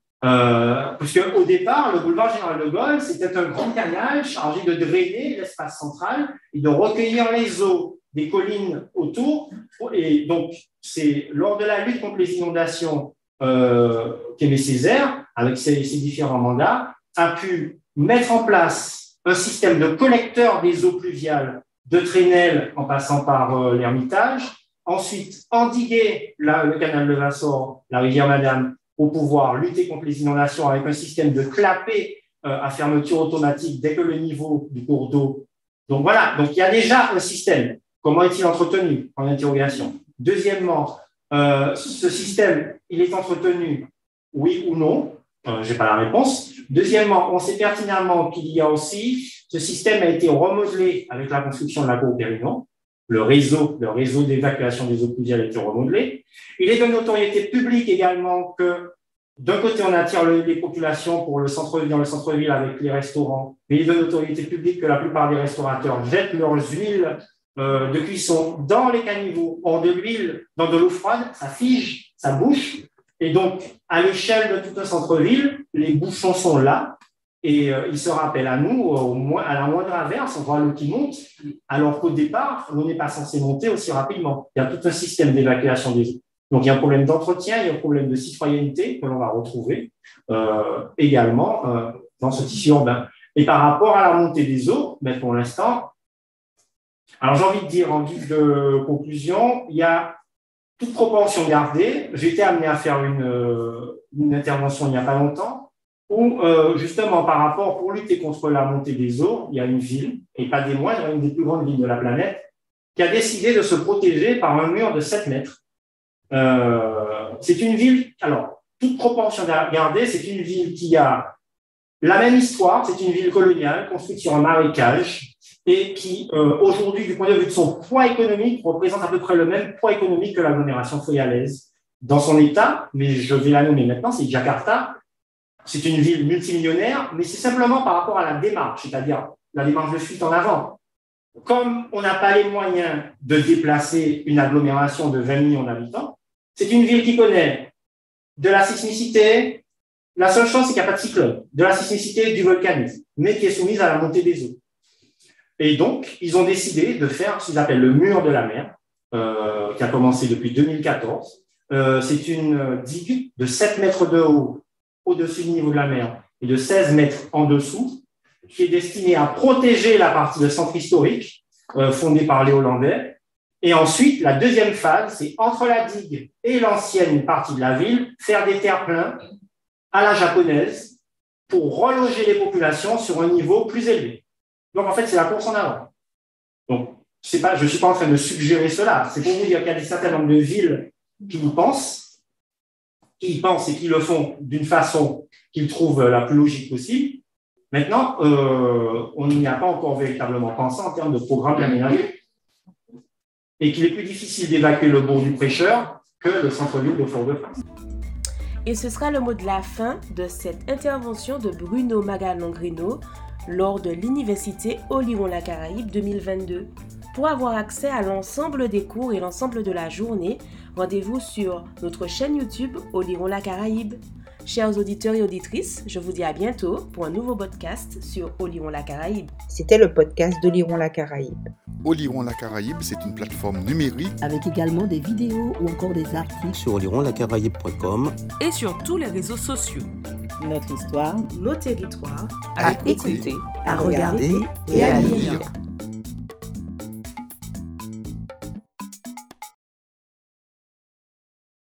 Euh, puisque au départ, le boulevard Général de Gaulle, c'était un grand canal chargé de drainer l'espace central et de recueillir les eaux des collines autour. Et donc, c'est lors de la lutte contre les inondations euh, qu'Aimé Césaire, avec ses, ses différents mandats, a pu mettre en place un système de collecteur des eaux pluviales de Trenel en passant par euh, l'Ermitage. Ensuite, endiguer la, le canal de Vassor, la rivière Madame, pour pouvoir lutter contre les inondations avec un système de clapet euh, à fermeture automatique dès que le niveau du cours d'eau. Donc voilà, donc il y a déjà un système. Comment est-il entretenu? En interrogation. Deuxièmement, euh, ce système, il est entretenu, oui ou non? euh, Je n'ai pas la réponse. Deuxièmement, on sait pertinemment qu'il y a aussi, ce système a été remodelé avec la construction de la cour Périnon. Le réseau, le réseau d'évacuation des eaux pluviales a été remodelé. Il est de notoriété publique également que, d'un côté, on attire le, les populations pour le centre, dans le centre-ville avec les restaurants, mais il est de notoriété publique que la plupart des restaurateurs jettent leurs huiles euh, de cuisson dans les caniveaux. Or, de l'huile dans de l'eau froide, ça fige, ça bouche. Et donc, à l'échelle de tout un centre-ville, les bouchons sont là. Et euh, il se rappelle à nous, au moins, à la moindre averse, on voit l'eau qui monte, alors qu'au départ, l'eau n'est pas censée monter aussi rapidement. Il y a tout un système d'évacuation des eaux. Donc, il y a un problème d'entretien, il y a un problème de citoyenneté que l'on va retrouver euh, également euh, dans ce tissu urbain. Et par rapport à la montée des eaux, mais pour l'instant, alors j'ai envie de dire en guise de conclusion, il y a toute proportion gardée. J'ai été amené à faire une, une intervention il n'y a pas longtemps, où, euh, justement, par rapport, pour lutter contre la montée des eaux, il y a une ville, et pas des moindres, une des plus grandes villes de la planète, qui a décidé de se protéger par un mur de sept mètres. Euh, c'est une ville, alors, toute proportion gardée, c'est une ville qui a la même histoire, c'est une ville coloniale, construite sur un marécage, et qui, euh, aujourd'hui, du point de vue de son poids économique, représente à peu près le même poids économique que l'agglomération foyalaise. Dans son état, mais je vais la nommer maintenant, c'est Jakarta. C'est une ville multimillionnaire, mais c'est simplement par rapport à la démarche, c'est-à-dire la démarche de fuite en avant. Comme on n'a pas les moyens de déplacer une agglomération de vingt millions d'habitants, c'est une ville qui connaît de la sismicité. La seule chose, c'est qu'il n'y a pas de cyclone, de la sismicité et du volcanisme, mais qui est soumise à la montée des eaux. Et donc, ils ont décidé de faire ce qu'ils appellent le mur de la mer, euh, qui a commencé depuis deux mille quatorze. Euh, c'est une digue de sept mètres de haut au-dessus du niveau de la mer et de seize mètres en dessous, qui est destinée à protéger la partie de centre historique euh, fondée par les Hollandais. Et ensuite, la deuxième phase, c'est entre la digue et l'ancienne partie de la ville, faire des terre-pleins à la japonaise pour reloger les populations sur un niveau plus élevé. Donc, en fait, c'est la course en avant. Donc, c'est pas, je ne suis pas en train de suggérer cela. C'est pour vous dire qu'il y a un certain nombre de villes qui y pensent, qui y pensent et qui le font d'une façon qu'ils trouvent la plus logique possible. Maintenant, euh, on n'y a pas encore véritablement pensé en termes de programme d'aménagement. Et qu'il est plus difficile d'évacuer le bourg du Prêcheur que le centre-ville de Fort-de-France. Et ce sera le mot de la fin de cette intervention de Bruno Magalon-Grino lors de l'Université Olyron-la-Caraïbe deux mille vingt-deux. Pour avoir accès à l'ensemble des cours et l'ensemble de la journée, rendez-vous sur notre chaîne YouTube Olyron-la-Caraïbe. Chers auditeurs et auditrices, je vous dis à bientôt pour un nouveau podcast sur Olyron-la-Caraïbe. C'était le podcast d'Olyron-la-Caraïbe. Olyron-la-Caraïbe, c'est une plateforme numérique avec également des vidéos ou encore des articles sur olyron la caraïbe point com et sur tous les réseaux sociaux. Notre histoire, nos territoires, à écouter, à regarder et à lire.